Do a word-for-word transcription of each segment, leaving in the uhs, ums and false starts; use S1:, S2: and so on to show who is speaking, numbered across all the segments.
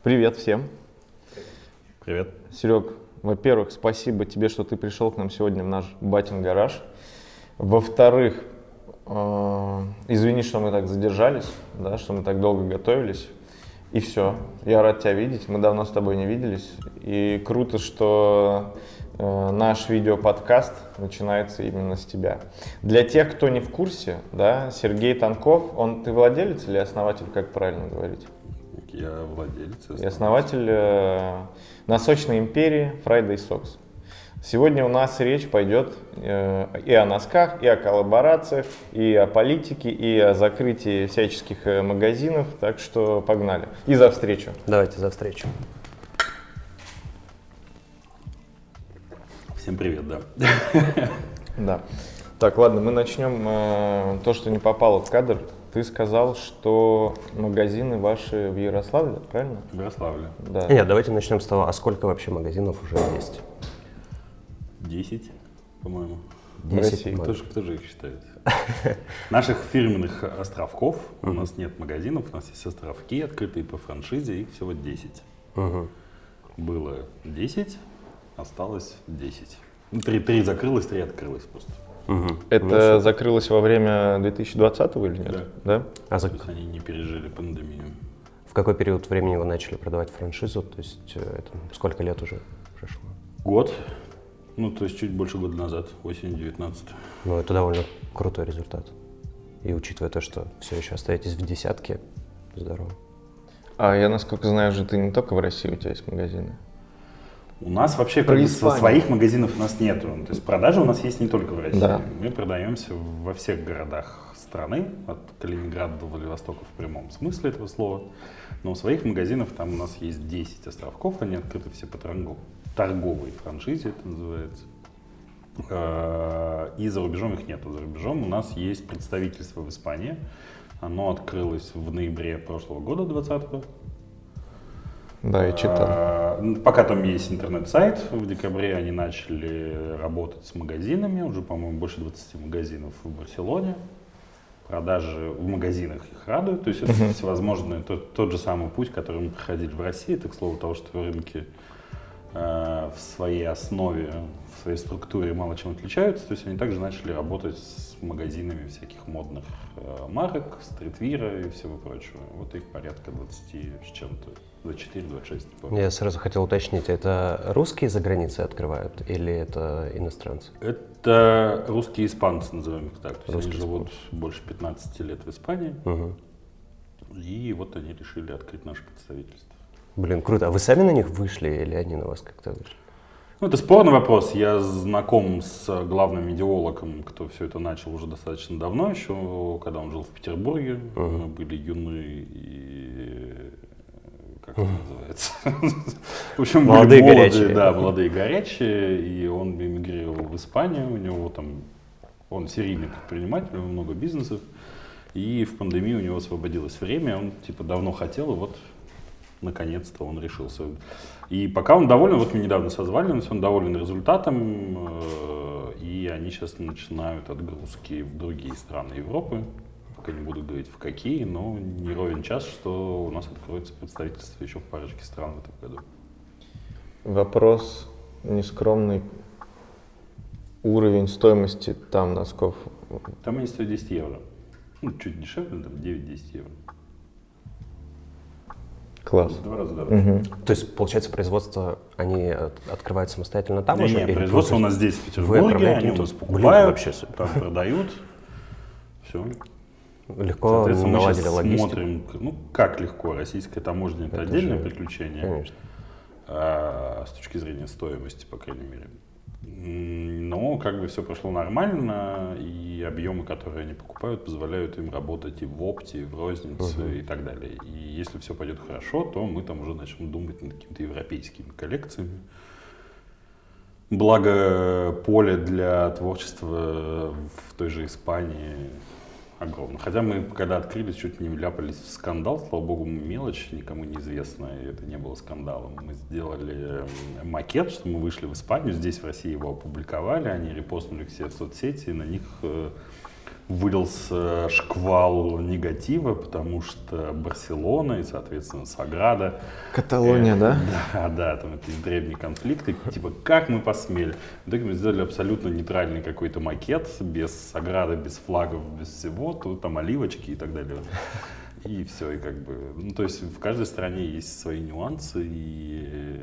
S1: Привет всем.
S2: Привет.
S1: Серег, во-первых, спасибо тебе, что ты пришел к нам сегодня в наш батин гараж. Во-вторых, э, извини, что мы так задержались, да, что мы так долго готовились. И все. Я рад тебя видеть. Мы давно с тобой не виделись. И круто, что э, наш видеоподкаст начинается именно с тебя. Для тех, кто не в курсе, да, Сергей Тонков, он, ты владелец или основатель, как правильно говорить?
S2: Я владелец.
S1: И основатель э, носочной империи Friday Socks. Сегодня у нас речь пойдет э, и о носках, и о коллаборациях, и о политике, и о закрытии всяческих э, магазинов. Так что погнали. И за встречу.
S3: Давайте за встречу.
S2: Всем привет, да.
S1: Да. Так, ладно, мы начнем э, то, что не попало в кадр. Ты сказал, что магазины ваши в Ярославле, правильно?
S2: В Ярославле.
S1: Да.
S3: Нет, давайте начнем с того, а сколько вообще магазинов уже есть?
S2: Десять, по-моему.
S1: России.
S2: Кто же, кто же их считает? Наших фирменных островков, у нас нет магазинов, у нас есть островки, открытые по франшизе, их всего десять. Было десять, осталось десять. Три, три закрылось, три открылось просто.
S3: Угу.
S1: Это
S3: Ну,
S1: закрылось во время две тысячи двадцатого или нет?
S2: Да.
S1: Да?
S3: А за...
S2: То есть они не пережили пандемию.
S3: в какой период времени вы начали продавать франшизу? То есть э, это сколько лет уже прошло?
S2: Год, ну то есть чуть больше года назад, осенью девятнадцатого.
S3: Ну, это довольно крутой результат. И учитывая то, что все еще остаетесь в десятке, здорово.
S1: А я, насколько знаю, же ты не только в России, у тебя есть магазины.
S2: У нас вообще
S1: Про
S2: как бы,
S1: Испанию.
S2: своих магазинов у нас нету. То есть продажи у нас есть не только в России.
S1: Да.
S2: Мы продаемся во всех городах страны, от Калининграда до Владивостока в прямом смысле этого слова. Но у своих магазинов там у нас есть десять островков, они открыты все по торгов- торговой франшизе, это называется. Э, И за рубежом их нету. За рубежом у нас есть представительство в Испании. Оно открылось в ноябре прошлого года, двадцатого.
S1: Да, я читал.
S2: А, Пока там есть интернет-сайт, в декабре они начали работать с магазинами, уже, по-моему, больше двадцати магазинов в Барселоне. Продажи в магазинах их радуют, то есть это
S1: Мгм.
S2: всевозможные, тот, тот же самый путь, который мы проходили в России, это, к слову, того, что рынки э, в своей основе, в своей структуре мало чем отличаются, то есть они также начали работать с магазинами всяких модных э, марок, стритвира и всего прочего. Вот их порядка двадцати с чем-то, двадцать четыре двадцать шесть. не помню.
S3: Я сразу хотел уточнить, это русские за границей открывают или это иностранцы?
S2: Это русские испанцы, назовем их так. То есть
S3: Русские
S2: они живут больше пятнадцати лет в Испании,
S3: Угу.
S2: и вот они решили открыть наше представительство.
S3: Блин, круто. А вы сами на них вышли или они на вас как-то вышли?
S2: Ну, это спорный вопрос. Я знаком с главным идеологом, кто все это начал уже достаточно давно, еще когда он жил в Петербурге.
S3: Мгм.
S2: Мы были юны и... как это называется? В общем, были
S3: Молодые,
S2: молодые,
S3: горячие.
S2: да, молодые и и он эмигрировал в Испанию, у него там, он серийный предприниматель, у него много бизнесов, и в пандемию у него освободилось время, он типа давно хотел, и вот наконец-то он решился. И пока он доволен, вот мы недавно созванивались, он доволен результатом, э, и они сейчас начинают отгрузки в другие страны Европы. Пока не буду говорить в какие, но не ровен час, что у нас откроется представительство еще в парочке стран в этом году.
S1: Вопрос нескромный. Уровень стоимости там носков.
S2: Там они стоят десять евро. Ну, чуть дешевле, там девять-десять евро.
S1: Класс.
S2: В два раза дороже.
S1: Мгм.
S3: То есть, получается, производство они от- открывают самостоятельно там
S2: Не,
S3: уже?
S2: не,
S3: или
S2: производство у
S3: просто
S2: нас здесь, в
S3: вы
S2: Петербурге,
S3: отправляете
S2: они у
S3: им
S2: нас
S3: тут?
S2: покупают,
S3: Блин, вообще супер.
S2: там продают, все.
S3: Легко
S2: Соответственно, мы
S3: наладили
S2: сейчас
S3: логистику?
S2: смотрим, ну как легко, российская таможня это,
S3: Это
S2: отдельное
S3: же-
S2: приключение,
S3: Конечно.
S2: а, с точки зрения стоимости, по крайней мере. М, Но как бы все прошло нормально, и объемы, которые они покупают, позволяют им работать и в опте, и в рознице,
S3: Мгм.
S2: и так далее. И если все пойдет хорошо, то мы там уже начнем думать над какими-то европейскими коллекциями. Благо, поле для творчества в той же Испании огромно. Хотя мы, когда открылись, чуть не вляпались в скандал. Слава богу, мелочь, никому неизвестная, и это не было скандалом. Мы сделали макет, что мы вышли в Испанию, здесь в России его опубликовали, они репостнули все в соцсети, и на них вылился шквал негатива, потому что Барселона и, соответственно, Саграда.
S1: Каталония,
S2: э,
S1: да?
S2: Да, да, там это древние конфликты, типа, как мы посмели. В итоге мы сделали абсолютно нейтральный какой-то макет, без Саграды, без флагов, без всего, тут там оливочки и так далее. И все, и как бы, ну, то есть в каждой стране есть свои нюансы, и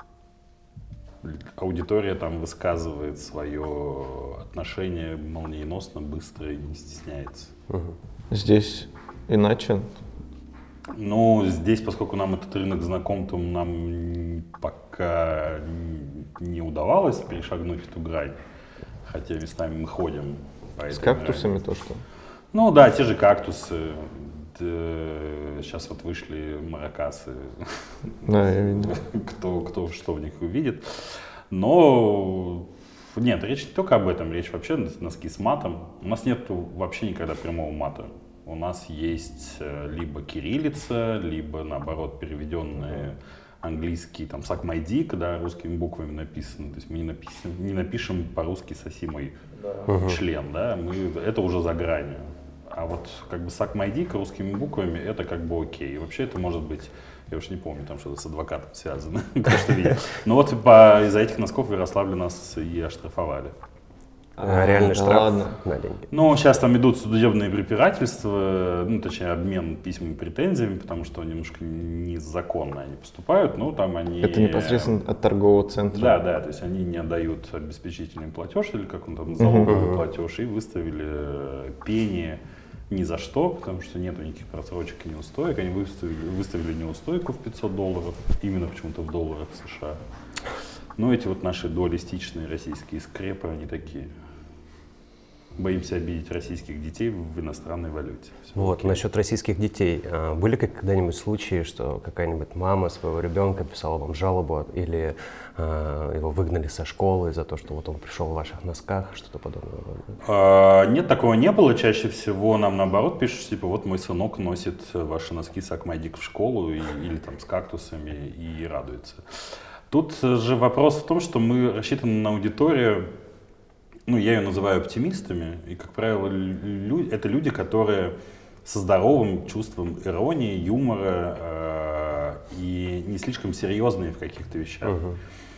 S2: аудитория там высказывает свое отношение молниеносно, быстро и не стесняется.
S1: Здесь иначе.
S2: Ну, здесь, поскольку нам этот рынок знаком, то нам пока не удавалось перешагнуть эту грань, хотя местами мы ходим по этой
S1: С кактусами
S2: грани.
S1: то, что?
S2: Ну да, те же кактусы. Сейчас вот вышли маракасы.
S1: Да, я видел.
S2: Кто, кто что в них увидит. Но нет, речь не только об этом, речь вообще носки с матом. У нас нет вообще никогда прямого мата. У нас есть либо кириллица, либо наоборот переведенные английские, там, suck my dick, да, русскими буквами написано. То есть мы не, напишем, не напишем по-русски соси мой да. член, да, мы, это уже за гранью. А вот как бы suck my dick русскими буквами это как бы окей. И вообще это может быть, я уж не помню, там что-то с адвокатом связано, что видел. Но вот по, из-за этих носков в Ярославле нас и оштрафовали.
S3: А, Реальный штраф
S1: ладно.
S3: на деньги.
S2: Ну, сейчас там идут судебные препирательства, ну, точнее, обмен письмами и претензиями, потому что немножко незаконно они поступают, но там они...
S1: Это непосредственно от торгового центра?
S2: Да, да, то есть они не отдают обеспечительный платеж, или как он там, залоговый uh-huh. платеж, и выставили пени ни за что, потому что нету никаких просрочек и неустоек, они выставили, выставили неустойку в пятьсот долларов, именно почему-то в долларах США. Ну, эти вот наши дуалистичные российские скрепы, они такие... Боимся обидеть российских детей в иностранной валюте. Все
S3: вот,
S2: окей.
S3: Насчет российских детей. Были когда-нибудь случаи, что какая-нибудь мама своего ребенка писала вам жалобу или э, его выгнали со школы за то, что вот он пришел в ваших носках, что-то подобное?
S2: А, нет, такого не было. Чаще всего нам наоборот пишут, типа, вот мой сынок носит ваши носки suck my dick в школу и, или там с кактусами и радуется. Тут же вопрос в том, что мы рассчитаны на аудиторию. Ну, я ее называю оптимистами, и, как правило, лю- это люди, которые со здоровым чувством иронии, юмора э- и не слишком серьезные в каких-то вещах. Uh-huh.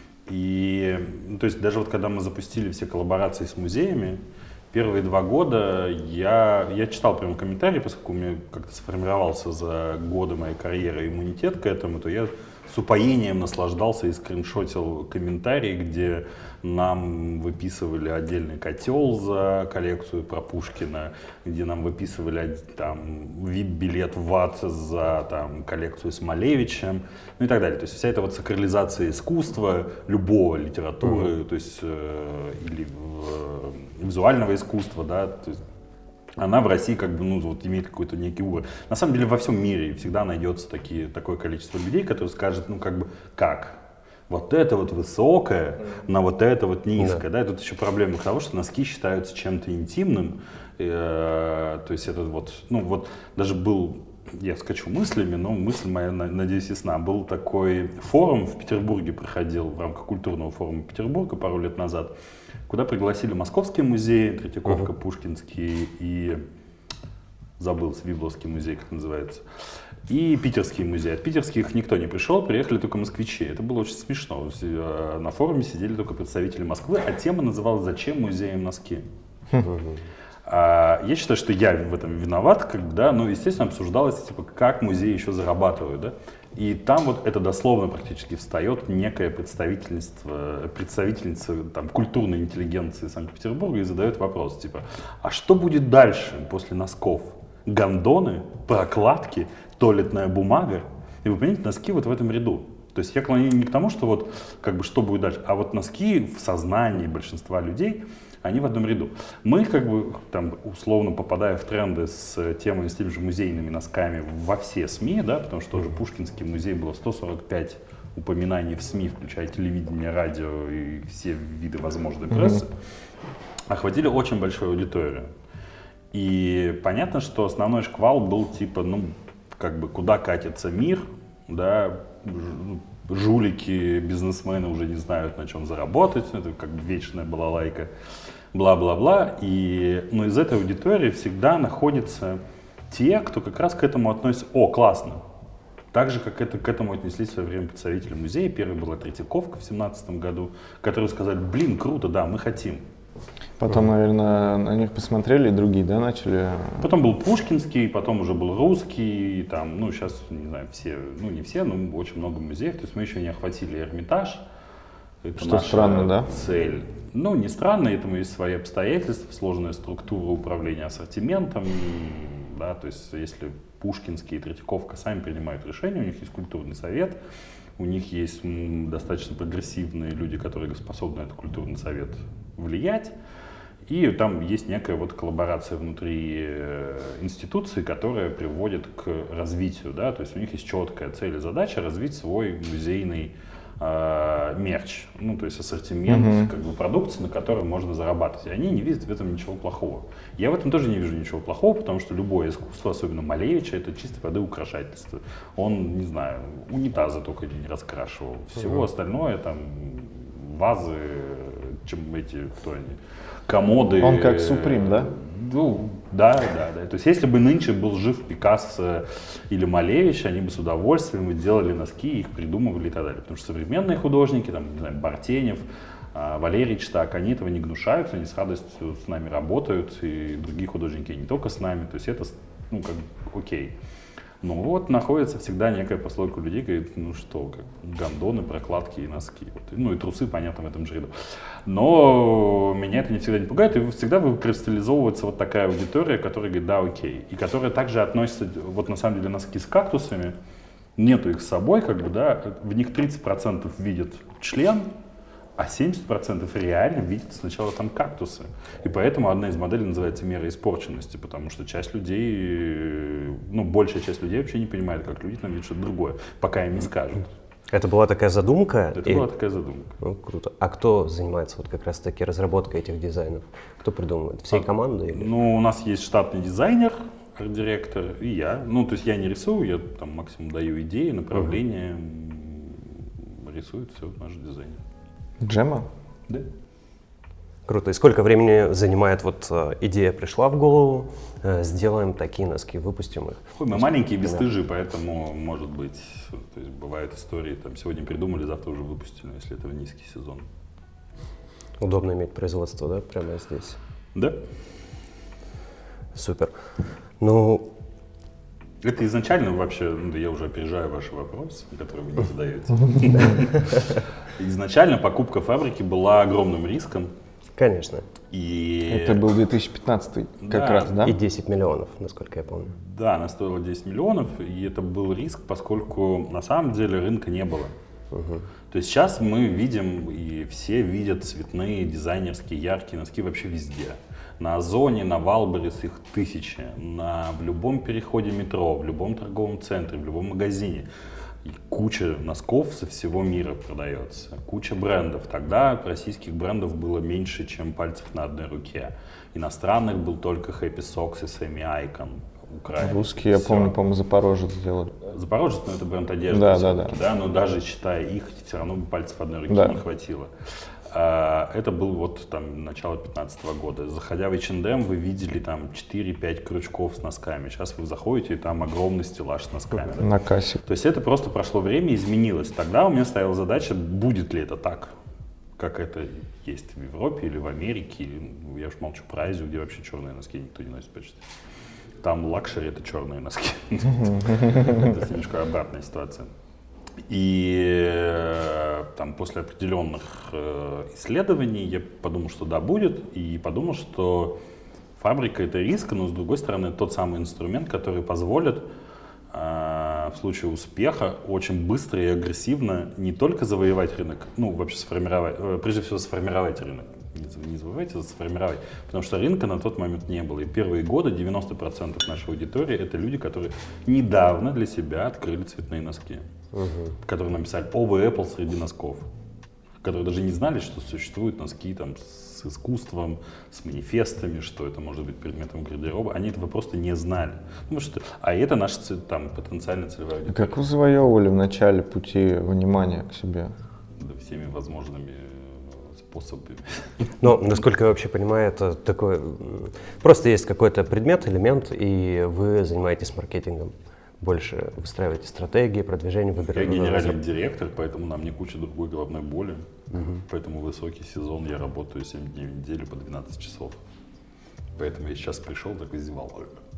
S2: И, ну, то есть, даже вот когда мы запустили все коллаборации с музеями, первые два года я, я читал прям комментарии, поскольку у меня как-то сформировался за годы моей карьеры иммунитет к этому, то я с упоением наслаждался и скриншотил комментарии, где нам выписывали отдельный котел за коллекцию про Пушкина, где нам выписывали там ви ай пи-билет в ад за там, коллекцию с Малевичем, ну и так далее. То есть вся эта вот сакрализация искусства, любого литературы, mm-hmm. то есть э, или э, визуального искусства, да, то есть она в России как бы, ну, вот имеет какой-то некий уровень. На самом деле во всем мире всегда найдется такие, такое количество людей, которые скажут, ну, как бы, как? Вот это вот высокое, mm. на вот это вот низкое. Да. Да? И тут еще проблема того, что носки считаются чем-то интимным. Э, то есть это вот, ну, вот даже был, я скачу мыслями, но мысль моя, надеюсь, ясна. Был такой форум в Петербурге, проходил в рамках культурного форума Петербурга пару лет назад, куда пригласили московские музеи, Третьяковка, uh-huh. Пушкинский и, забыл, Свибловский музей, как называется, и питерские музеи. От питерских никто не пришел, приехали только москвичи. Это было очень смешно. На форуме сидели только представители Москвы, а тема называлась «Зачем музеям носки?». Uh-huh. А, я считаю, что я в этом виноват, как, да, но, естественно, обсуждалось, типа, как музеи еще зарабатывают, да. И там вот это дословно практически встает некое представительство, представительница там, культурной интеллигенции Санкт-Петербурга и задает вопрос, типа, а что будет дальше после носков? Гондоны, прокладки, туалетная бумага? И вы понимаете, носки вот в этом ряду. То есть я клоню не к тому, что вот как бы что будет дальше, а вот носки в сознании большинства людей, они в одном ряду. Мы, как бы, там, условно попадая в тренды с темами, с теми же музейными носками во все СМИ, да, потому что тоже Пушкинский музей было сто сорок пять упоминаний в СМИ, включая телевидение, радио и все виды возможной прессы, mm-hmm. охватили очень большую аудиторию. И понятно, что основной шквал был типа, ну, как бы, куда катится мир, да, жулики, бизнесмены уже не знают, на чем заработать, это как бы вечная балалайка. бла-бла-бла. И, ну, из этой аудитории всегда находятся те, кто как раз к этому относится: о, классно. Так же, как это, к этому отнеслись в свое время представители музея. Первый была Третьяковка в семнадцатом году, которые сказали: блин, круто, да, мы хотим.
S1: Потом, наверное, на них посмотрели и другие, да, начали?
S2: Потом был Пушкинский, потом уже был Русский, там, ну, сейчас, не знаю, все, ну, не все, но очень много музеев. То есть мы еще не охватили Эрмитаж. Это
S1: что странно, да?
S2: Цель. Ну, не странно, этому есть свои обстоятельства, сложная структура управления ассортиментом, да, то есть если Пушкинский и Третьяковка сами принимают решения, у них есть культурный совет, у них есть достаточно прогрессивные люди, которые способны на этот культурный совет влиять, и там есть некая вот коллаборация внутри институции, которая приводит к развитию, да, то есть у них есть четкая цель и задача развить свой музейный э, мерч, ну, то есть ассортимент mm-hmm. как бы продукции, на которой можно зарабатывать. И они не видят в этом ничего плохого. Я в этом тоже не вижу ничего плохого, потому что любое искусство, особенно Малевича, это чистой воды украшательство. Он, не знаю, унитазы только не раскрашивал. Всего mm-hmm. остальное, там, вазы, чем эти, кто они, комоды.
S1: Он как Суприм, да?
S2: Ну, да, да, да. То есть, если бы нынче был жив Пикассо или Малевич, они бы с удовольствием делали носки, их придумывали и так далее. Потому что современные художники, там, не знаю, Бартенев, Валерий Чтак, они этого не гнушаются, они с радостью с нами работают, и другие художники не только с нами. То есть, это, ну, как бы, окей. Ну вот находится всегда некая прослойка людей, говорит, ну что, как гондоны, прокладки и носки. Вот. Ну и трусы, понятно, в этом же ряду. Но меня это не всегда не пугает, и всегда выкристаллизовывается вот такая аудитория, которая говорит, да, окей. И которая также относится, вот на самом деле носки с кактусами, нету их с собой, как бы, да, в них тридцать процентов видят член, а семьдесят процентов реально видят сначала там кактусы. И поэтому одна из моделей называется мера испорченности, потому что часть людей, ну, большая часть людей вообще не понимает, как люди там видят что-то другое, пока им не скажут.
S3: Это была такая задумка?
S2: Это
S3: и...
S2: была такая задумка.
S3: Ну, круто. А кто занимается вот как раз-таки разработкой этих дизайнов? Кто придумывает? Всей а, командой? Или?
S2: Ну, у нас есть штатный дизайнер, арт-директор и я. Ну, то есть я не рисую, я там максимум даю идеи, направления, uh-huh. рисует все наш дизайнер.
S1: Джема?
S2: Да.
S3: Круто. И сколько времени занимает, вот э, идея пришла в голову, э, сделаем такие носки, выпустим их?
S2: Ой, мы маленькие, бесстыжие, поэтому, может быть, то есть бывают истории, там, сегодня придумали, завтра уже выпустили, если это в низкий сезон.
S3: Удобно иметь производство, да, прямо здесь?
S2: Да.
S3: Супер. Ну,
S2: это изначально вообще, ну, я уже опережаю ваши вопросы, которые вы не задаете. Изначально покупка фабрики была огромным риском.
S3: Конечно.
S2: И...
S1: Это был две тысячи пятнадцатый как
S2: да.
S1: раз, да?
S3: И десять миллионов, насколько я помню.
S2: Да, она стоила десять миллионов, и это был риск, поскольку на самом деле рынка не было.
S3: Угу.
S2: То есть сейчас мы видим, и все видят цветные, дизайнерские, яркие носки вообще везде. На Озоне, на Валберес их тысячи, на, в любом переходе метро, в любом торговом центре, в любом магазине. И куча носков со всего мира продается, куча брендов. Тогда российских брендов было меньше, чем пальцев на одной руке. Иностранных был только Happy Socks и Semi Icon. Украина.
S1: Русские, я помню, по-моему, Запорожец сделали.
S2: Запорожец, ну это бренд одежды.
S1: Да, да, да.
S2: да. Но даже считая их, все равно бы пальцев одной руки
S1: да.
S2: не хватило. А, это был вот там начало пятнадцатого года. Заходя в эйч энд эм, вы видели там четыре-пять крючков с носками. Сейчас вы заходите, и там огромный стеллаж с носками. Да?
S1: На кассе.
S2: То есть это просто прошло время, изменилось. Тогда у меня стояла задача, будет ли это так, как это есть в Европе или в Америке. Или, я уж молчу про Азию, где вообще черные носки никто не носит почти. Там лакшери — это черные носки. Это немножко обратная ситуация. И там после определенных исследований я подумал, что да, будет. И подумал, что фабрика — это риск, но с другой стороны, это тот самый инструмент, который позволит в случае успеха очень быстро и агрессивно не только завоевать рынок, ну вообще сформировать, прежде всего сформировать рынок. Не забывайте сформировать, потому что рынка на тот момент не было. И первые годы девяносто процентов нашей аудитории — это люди, которые недавно для себя открыли цветные носки, угу. которые написали «О, вы Apple среди носков», которые даже не знали, что существуют носки там, с искусством, с манифестами, что это может быть предметом гардероба. Они этого просто не знали. Ну, что, а это наша там, потенциальная целевая аудитория.
S1: Как вы завоевывали в начале пути внимания к себе?
S2: Да, всеми возможными способами.
S3: Ну, насколько я вообще понимаю, это такой... Просто есть какой-то предмет, элемент, и вы занимаетесь маркетингом. Больше выстраиваете стратегии, продвижение, выбираете...
S2: Я генеральный директор, поэтому нам не куча другой головной боли.
S3: Угу.
S2: Поэтому высокий сезон я работаю семь дней в неделю по двенадцать часов. Поэтому я сейчас пришел, так и зевал.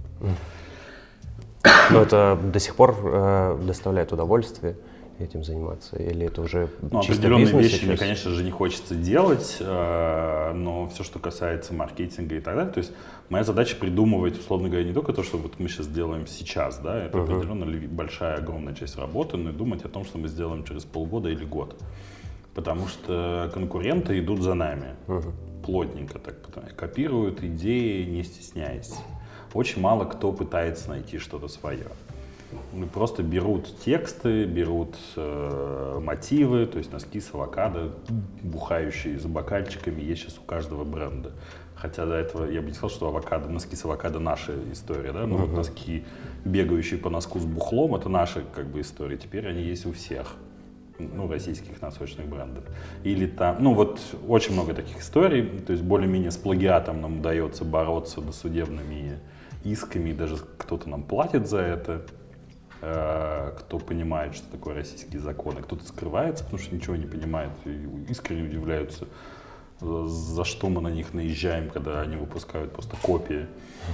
S3: Но это до сих пор э, доставляет удовольствие этим заниматься? Или это уже
S2: ну,
S3: чисто
S2: определенные
S3: бизнес
S2: вещи
S3: сейчас?
S2: мне, конечно же, не хочется делать, э, но все, что касается маркетинга и так далее, то есть моя задача придумывать, условно говоря, не только то, что вот мы сейчас делаем сейчас, да, это uh-huh. определенно большая, огромная часть работы, но и думать о том, что мы сделаем через полгода или год. Потому что конкуренты идут за нами, uh-huh. плотненько так, копируют идеи, не стесняясь. Очень мало кто пытается найти что-то свое. Просто берут тексты, берут э, мотивы, то есть носки с авокадо, бухающие за бокальчиками, есть сейчас у каждого бренда. Хотя до этого я бы не сказал, что авокадо, носки с авокадо наша история, да, но uh-huh. вот носки, бегающие по носку с бухлом, это наша как бы история. Теперь они есть у всех, ну, российских носочных брендов. Или там, ну вот очень много таких историй, то есть более-менее с плагиатом нам удается бороться досудебными исками, и даже кто-то нам платит за это. Кто понимает, что такое российские законы, кто-то скрывается, потому что ничего не понимает и искренне удивляются, за что мы на них наезжаем, когда они выпускают просто копии.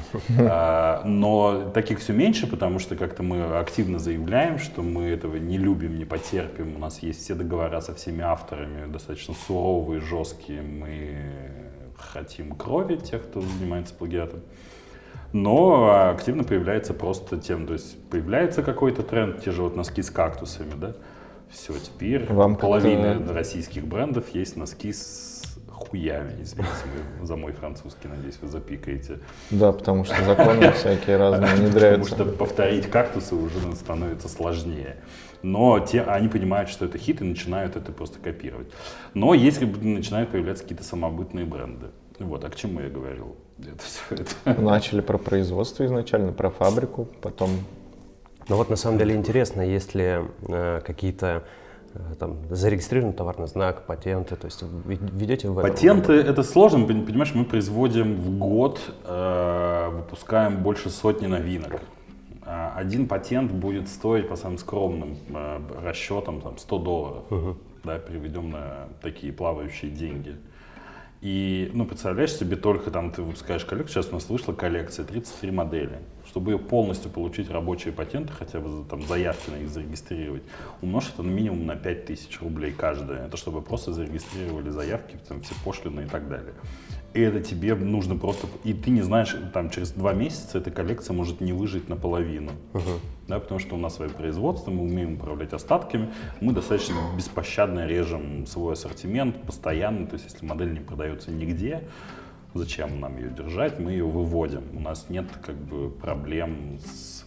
S2: Но таких все меньше, потому что как-то мы активно заявляем, что мы этого не любим, не потерпим. У нас есть все договора со всеми авторами, достаточно суровые, жесткие. Мы хотим крови тех, кто занимается плагиатом. Но активно появляется просто тем, то есть появляется какой-то тренд, те же вот носки с кактусами, да, все, теперь
S1: Вам
S2: половина российских брендов есть носки с хуями, извините за мой французский, надеюсь, вы запикаете.
S1: Да, потому что законы всякие разные внедряются.
S2: Потому что повторить кактусы уже становится сложнее. Но те, они понимают, что это хит и начинают это просто копировать. Но если начинают появляться какие-то самобытные бренды. Вот, а к чему я говорил? Это все это.
S1: Начали про производство изначально, про фабрику, потом...
S3: Ну вот на самом деле интересно, есть ли э, какие-то э, там зарегистрированный товарный знак, патенты, то есть ведете в этом?
S2: Патенты — это сложно, понимаешь, мы производим в год, э, выпускаем больше сотни новинок. Один патент будет стоить по самым скромным э, расчетам там, сто долларов, uh-huh. да, переведем на такие плавающие деньги. И, ну, представляешь себе, только там ты выпускаешь коллекцию, сейчас у нас вышла коллекция, тридцать три модели. Чтобы ее полностью получить рабочие патенты, хотя бы там заявки на них зарегистрировать, умножь это на минимум на пять тысяч рублей каждая. Это чтобы просто зарегистрировали заявки, там, все пошлины и так далее. И это тебе нужно просто... И ты не знаешь, там через два месяца эта коллекция может не выжить наполовину. Uh-huh. Да, потому что у нас свое производство, мы умеем управлять остатками, мы достаточно беспощадно режем свой ассортимент постоянно. То есть если модель не продается нигде, зачем нам ее держать, мы ее выводим. У нас нет как бы проблем с...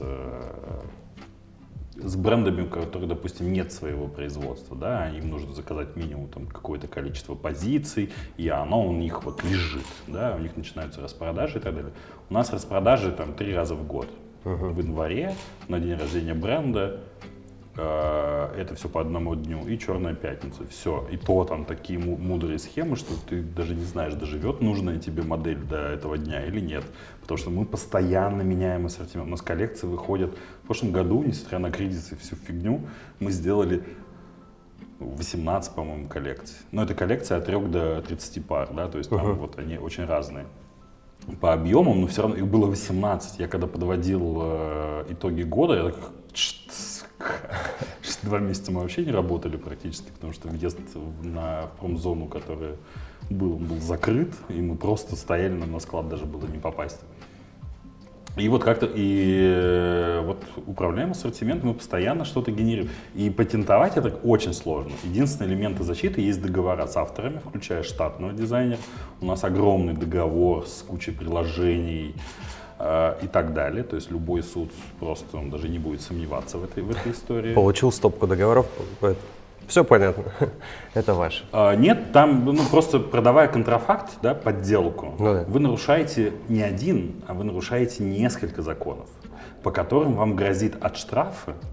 S2: с брендами, у которых, допустим, нет своего производства, да, им нужно заказать минимум там какое-то количество позиций, и оно у них вот лежит, да, у них начинаются распродажи и так далее. У нас распродажи там три раза в год. Uh-huh. В январе, на день рождения бренда, э, это все по одному дню, и Черная пятница, все. И то там такие мудрые схемы, что ты даже не знаешь, доживет нужная тебе модель до этого дня или нет. Потому что мы постоянно меняем ассортимент. У нас коллекции выходят. В прошлом году, несмотря на кризис и всю фигню, мы сделали восемнадцать, по-моему, коллекций. Но это коллекция от трёх до тридцати пар, да, то есть там uh-huh. вот они очень разные по объемам, но все равно их было восемнадцать. Я когда подводил э, итоги года, я такой, два месяца мы вообще не работали практически, потому что въезд на промзону, который был, он был закрыт, и мы просто стояли, нам на склад даже было не попасть. И вот как-то, и вот управляем ассортиментом, мы постоянно что-то генерируем. И патентовать это очень сложно. Единственный элемент защиты есть договора с авторами, включая штатного дизайнера. У нас огромный договор с кучей приложений э, и так далее. То есть любой суд просто, он даже не будет сомневаться в этой, в этой истории.
S3: Получил стопку договоров. Все понятно, это ваше.
S2: А, нет, там ну, просто продавая контрафакт, да, подделку,
S3: ну, да.
S2: вы нарушаете не один, а вы нарушаете несколько законов, по которым вам грозит от штрафа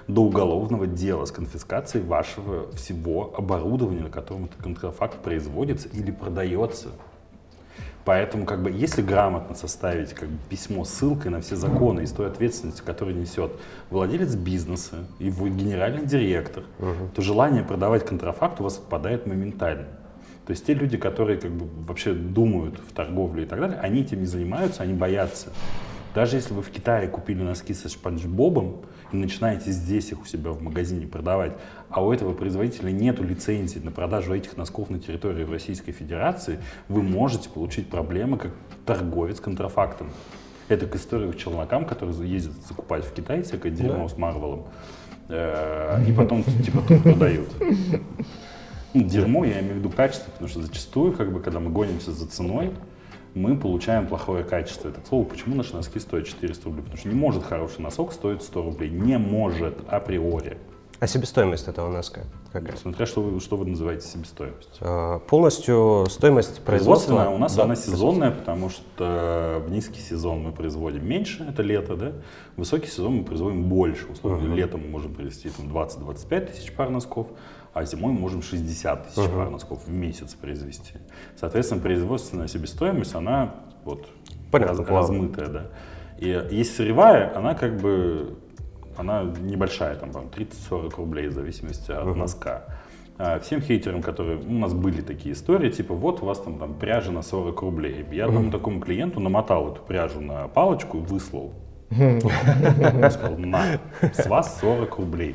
S2: до уголовного дела с конфискацией вашего всего оборудования, на котором этот контрафакт производится или продается. Поэтому, как бы, если грамотно составить как бы, письмо с ссылкой на все законы и с той ответственностью, которую несет владелец бизнеса, его генеральный директор, uh-huh. то желание продавать контрафакт у вас отпадает моментально. То есть те люди, которые как бы, вообще думают в торговле и так далее, они этим не занимаются, они боятся. Даже если вы в Китае купили носки со Спанч Бобом и начинаете здесь их у себя в магазине продавать, а у этого производителя нет лицензии на продажу этих носков на территории Российской Федерации, вы можете получить проблемы как торговец контрафактом. Это к истории к челнокам, которые ездят закупать в Китай всякое дерьмо да. с Марвелом, э, и потом типа тут продают. Дерьмо, я имею в виду качество, потому что зачастую, как бы, когда мы гонимся за ценой, мы получаем плохое качество. Это, к слову, почему наши носки стоят четыреста рублей? Потому что не может хороший носок стоить сто рублей. Не может априори.
S3: А себестоимость этого носка какая?
S2: Смотря что вы, что вы называете себестоимостью.
S3: А, полностью стоимость производства?
S2: У нас
S3: да,
S2: она сезонная, потому что в низкий сезон мы производим меньше, это лето, да? В высокий сезон мы производим больше. Условно, uh-huh. летом мы можем произвести двадцать-двадцать пять тысяч пар носков, а зимой мы можем шестьдесят тысяч uh-huh. пар носков в месяц произвести. Соответственно, производственная себестоимость, она вот
S3: Понятно,
S2: раз, размытая, да. И есть сырьевая, она как бы, она небольшая, там, тридцать-сорок рублей в зависимости от uh-huh. носка. А всем хейтерам, которые, у нас были такие истории, типа, вот у вас там, там пряжа на сорок рублей. Я одному uh-huh. такому клиенту намотал эту пряжу на палочку и выслал. Он сказал, на, с вас сорок рублей.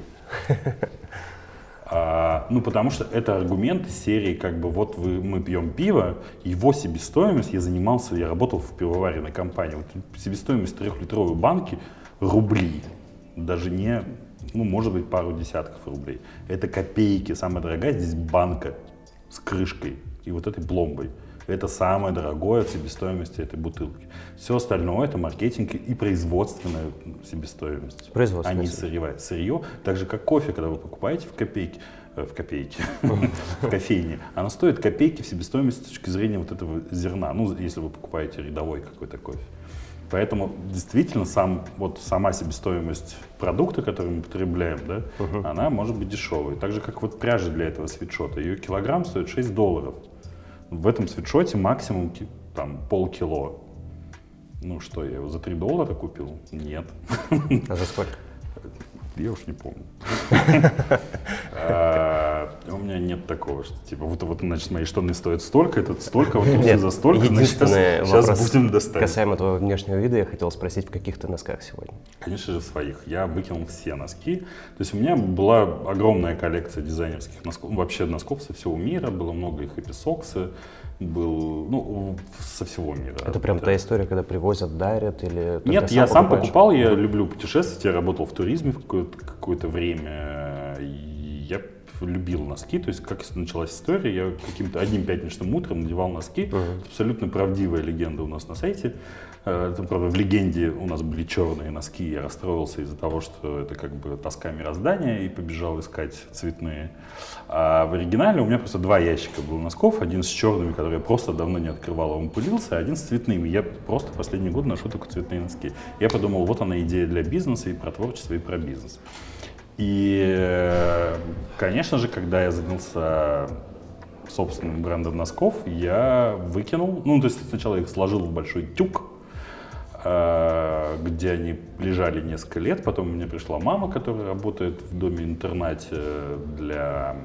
S2: А, ну, потому что это аргумент из серии, как бы, вот вы, мы пьем пиво, его себестоимость, я занимался, я работал в пивоваренной компании, вот себестоимость трехлитровой банки рубли, даже не, ну, может быть, пару десятков рублей. Это копейки, самая дорогая здесь банка с крышкой и вот этой пломбой. Это самое дорогое в себестоимости этой бутылки. Все остальное это маркетинг и производственная себестоимость, а не сырьевая. Сырье, так же как кофе, когда вы покупаете в копейке, э, в копейке, в кофейне, оно стоит копейки в себестоимости с точки зрения вот этого зерна, ну, если вы покупаете рядовой какой-то кофе. Поэтому действительно сам, вот сама себестоимость продукта, который мы потребляем, да, uh-huh. она может быть дешевой. Так же, как вот пряжа для этого свитшота. Ее килограмм стоит шесть долларов. В этом свитшоте максимум там, полкило. Ну что, я его за три доллара купил? Нет.
S3: А за сколько?
S2: Я уж не помню. У меня нет такого, что типа вот, вот значит, мои штаны стоят столько, этот столько, вот трусы за столько, значит, сейчас будем достать.
S3: Касаемо твоего внешнего вида, я хотел спросить, в каких ты носках сегодня?
S2: Конечно же, в своих. Я выкинул все носки. То есть у меня была огромная коллекция дизайнерских носков, вообще носков со всего мира, было много их, и песоксы, был, ну, со всего мира.
S3: Это прям та история, когда привозят, дарят или...
S2: Нет, я сам покупал, я люблю путешествовать, я работал в туризме в какое-то, какое-то время, и я любил носки, то есть как началась история, я каким-то одним пятничным утром надевал носки, uh-huh. абсолютно правдивая легенда у нас на сайте. Это, правда, в легенде у нас были черные носки, я расстроился из-за того, что это как бы тоска мироздания, и побежал искать цветные. А в оригинале у меня просто два ящика было носков, один с черными, которые я просто давно не открывал, он пылился, а один с цветными. Я просто последний год ношу только цветные носки. Я подумал, вот она идея для бизнеса, и про творчество, и про бизнес. И, конечно же, когда я занялся собственным брендом носков, я выкинул, ну, то есть сначала я их сложил в большой тюк, где они лежали несколько лет. Потом у меня пришла мама, которая работает в доме-интернате для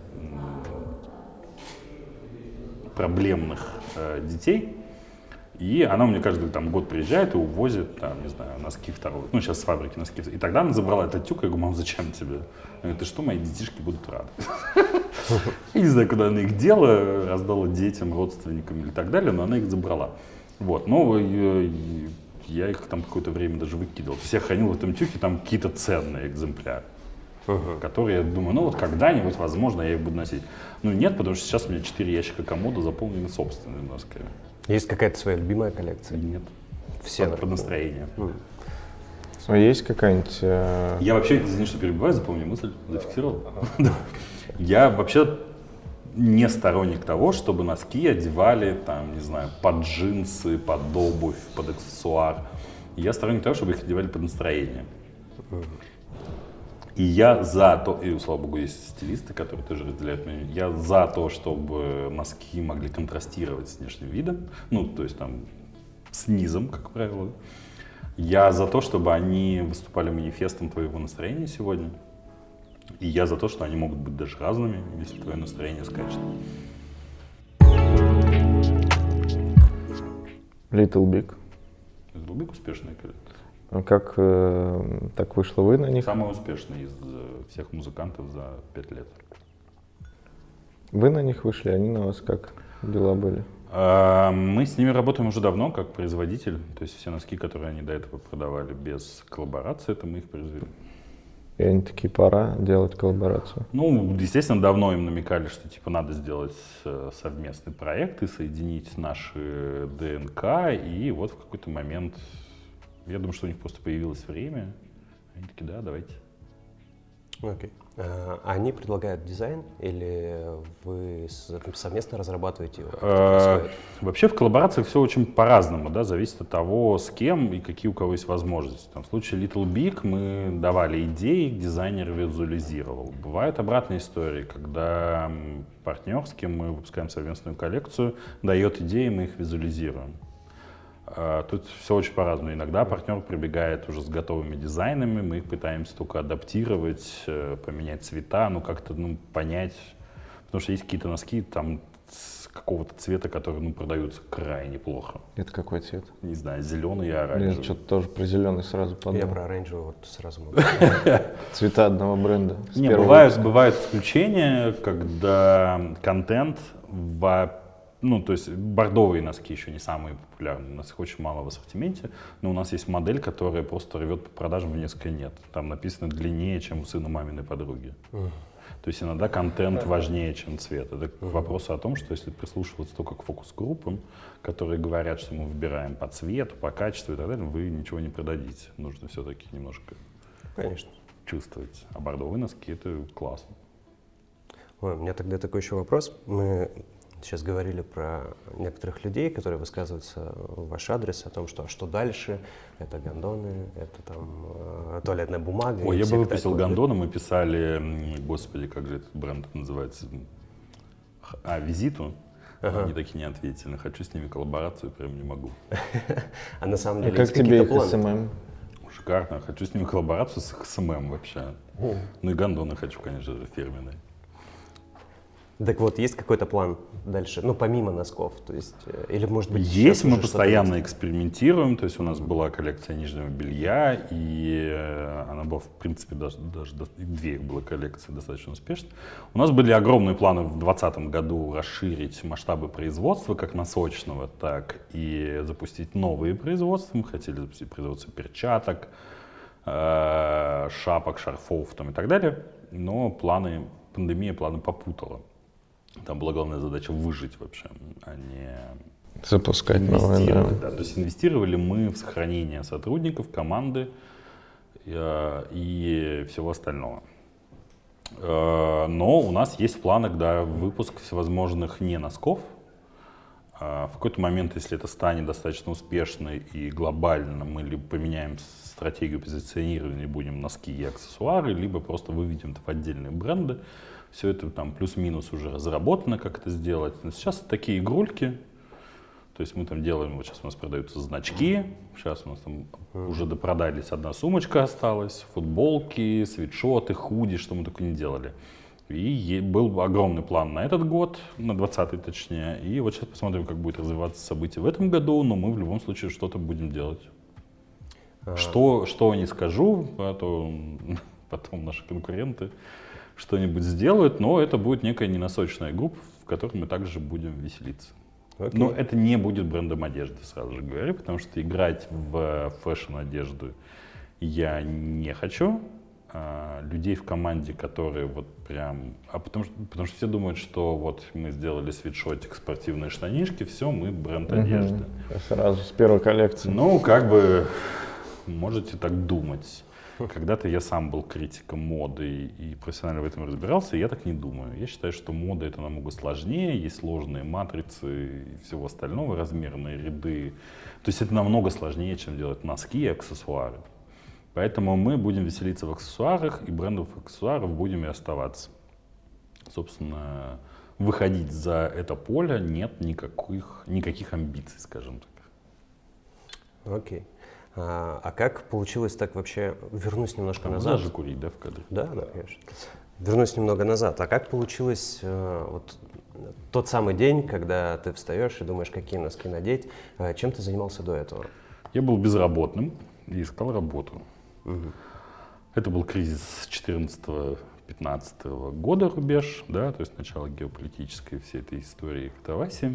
S2: проблемных детей. И она у меня каждый там, год приезжает и увозит, там, не знаю, носки второй. Ну, сейчас с фабрики носки. И тогда она забрала этот тюк, я говорю, мам, зачем тебе? Она говорит, ты что, мои детишки будут рады. Я не знаю, куда она их дела, раздала детям, родственникам или так далее, но она их забрала. Вот, но я их там какое-то время даже выкидывал. Всех хранил в этом тюке, там какие-то ценные экземпляры, uh-huh. которые я думаю, ну вот когда-нибудь, возможно, я их буду носить. Ну нет, потому что сейчас у меня четыре ящика комода заполнены собственными носками.
S3: Есть какая-то своя любимая коллекция?
S2: Нет.
S3: Все
S2: под, под настроение.
S3: Mm.
S1: А есть какая-нибудь... Э...
S2: Я вообще, извини, что перебиваю, запомни мысль, зафиксировал. Я вообще не сторонник того, чтобы носки одевали, там, не знаю, под джинсы, под обувь, под аксессуар. Я сторонник того, чтобы их одевали под настроение. И я за то, и слава богу, есть стилисты, которые тоже разделяют меня, я за то, чтобы носки могли контрастировать с внешним видом, ну, то есть там с низом, как правило. Я за то, чтобы они выступали манифестом твоего настроения сегодня. И я за то, что они могут быть даже разными, если твое настроение скачет.
S1: Little Big.
S2: Little Big успешная коллекция.
S1: А как э, так вышло вы на них?
S2: Самая успешная из э, всех музыкантов за пять лет.
S1: Вы на них вышли, они на вас как дела были?
S2: А, мы с ними работаем уже давно, как производитель. То есть все носки, которые они до этого продавали без коллаборации, это мы их произвели.
S1: И они такие, пора делать коллаборацию.
S2: Ну, естественно, давно им намекали, что типа надо сделать э, совместный проект и соединить наши ДНК. И вот в какой-то момент, я думаю, что у них просто появилось время. Они такие, да, давайте.
S3: Окей. А они предлагают дизайн или вы совместно разрабатываете его? Как это происходит?
S2: Вообще в коллаборациях все очень по-разному, да, зависит от того, с кем и какие у кого есть возможности. Там, в случае Little Big мы давали идеи, дизайнер визуализировал. Бывают обратные истории, когда партнер, с кем мы выпускаем совместную коллекцию, дает идеи, мы их визуализируем. Тут все очень по-разному. Иногда партнер прибегает уже с готовыми дизайнами, мы их пытаемся только адаптировать, поменять цвета, ну как-то ну, понять. Потому что есть какие-то носки там с какого-то цвета, которые ну, продаются крайне плохо.
S1: Это какой цвет?
S2: Не знаю, зеленый и оранжевый.
S1: Я что-то тоже про зеленый сразу подумал.
S3: Я про оранжевый вот сразу могу.
S1: Цвета одного бренда.
S2: Не, бывают, бывают исключения, когда контент в Ну, то есть бордовые носки еще не самые популярные, у нас их очень мало в ассортименте, но у нас есть модель, которая просто рвет по продажам в несколько нет. Там написано длиннее, чем у сына маминой подруги. Mm. То есть иногда контент важнее, чем цвет. Это к вопросу о том, что если прислушиваться только к фокус-группам, которые говорят, что мы выбираем по цвету, по качеству и так далее, вы ничего не продадите. Нужно все-таки немножко
S3: Конечно.
S2: чувствовать. А бордовые носки — это классно.
S3: Ой, у меня тогда такой еще вопрос. Мы сейчас говорили про некоторых людей, которые высказываются в ваш адрес о том, что а что дальше, это гондоны, это там э, туалетная бумага.
S2: Ой, я бы выпустил гондоны, мы писали, господи, как же этот бренд называется, а, Визиту. Ага. Они такие не ответили, хочу с ними коллаборацию, прям не могу.
S3: А на самом деле,
S1: а как тебе их эс эм эм?
S2: Шикарно, хочу с ними коллаборацию с эс эм эм вообще. О. Ну и гондоны хочу, конечно же, фирменные.
S3: Так вот, есть какой-то план дальше, ну, помимо носков, то есть, или, может быть,
S2: есть, мы постоянно экспериментируем, то есть у нас была коллекция нижнего белья, и она была, в принципе, даже, даже две их было коллекции достаточно успешны. У нас были огромные планы в двадцатом году расширить масштабы производства, как носочного, так и запустить новые производства. Мы хотели запустить производство перчаток, шапок, шарфов там, и так далее, но планы, пандемия планы попутала. Там была главная задача выжить вообще, а не
S1: запускать новые. Да.
S2: Да. То есть инвестировали мы в сохранение сотрудников, команды э, и всего остального. Э, но у нас есть в планах, да, выпуск всевозможных не носков. Э, в какой-то момент, если это станет достаточно успешно и глобально, мы либо поменяем стратегию позиционирования, будем носки и аксессуары, либо просто выведем это в отдельные бренды. Все это там плюс-минус уже разработано, как это сделать. Но сейчас такие игрульки, то есть мы там делаем, вот сейчас у нас продаются значки, сейчас у нас там mm-hmm. уже допродались, одна сумочка осталась, футболки, свитшоты, худи, что мы только не делали. И был огромный план на этот год, на двадцатый точнее, и вот сейчас посмотрим, как будет развиваться события в этом году, но мы в любом случае что-то будем делать. А-а-а. Что, что не скажу, потом, потом наши конкуренты что-нибудь сделают, но это будет некая ненасочная группа, в которой мы также будем веселиться. Okay. Но это не будет брендом одежды, сразу же говорю, потому что играть в фэшн-одежду я не хочу. А людей в команде, которые вот прям... А потому что, потому что все думают, что вот мы сделали свитшотик, спортивные штанишки, все, мы бренд uh-huh. одежды.
S1: Сразу с первой коллекции.
S2: Ну, как бы, можете так думать. Когда-то я сам был критиком моды и профессионально в этом разбирался, и я так не думаю. Я считаю, что мода — это намного сложнее, есть сложные матрицы и всего остального, размерные ряды. То есть это намного сложнее, чем делать носки и аксессуары. Поэтому мы будем веселиться в аксессуарах, и брендов аксессуаров будем и оставаться. Собственно, выходить за это поле нет никаких, никаких амбиций, скажем так.
S3: Окей. А, а как получилось так вообще? Вернусь немножко
S2: а
S3: назад.
S2: Даже курить, да, в кадре?
S3: Да, да, конечно. Вернусь немного назад. А как получилось э, вот тот самый день, когда ты встаешь и думаешь, какие носки надеть? Э, чем ты занимался до этого?
S2: Я был безработным и искал работу.
S3: Угу.
S2: Это был кризис четырнадцатого-пятнадцатого года рубеж, да, то есть начало геополитической всей этой истории катавасии.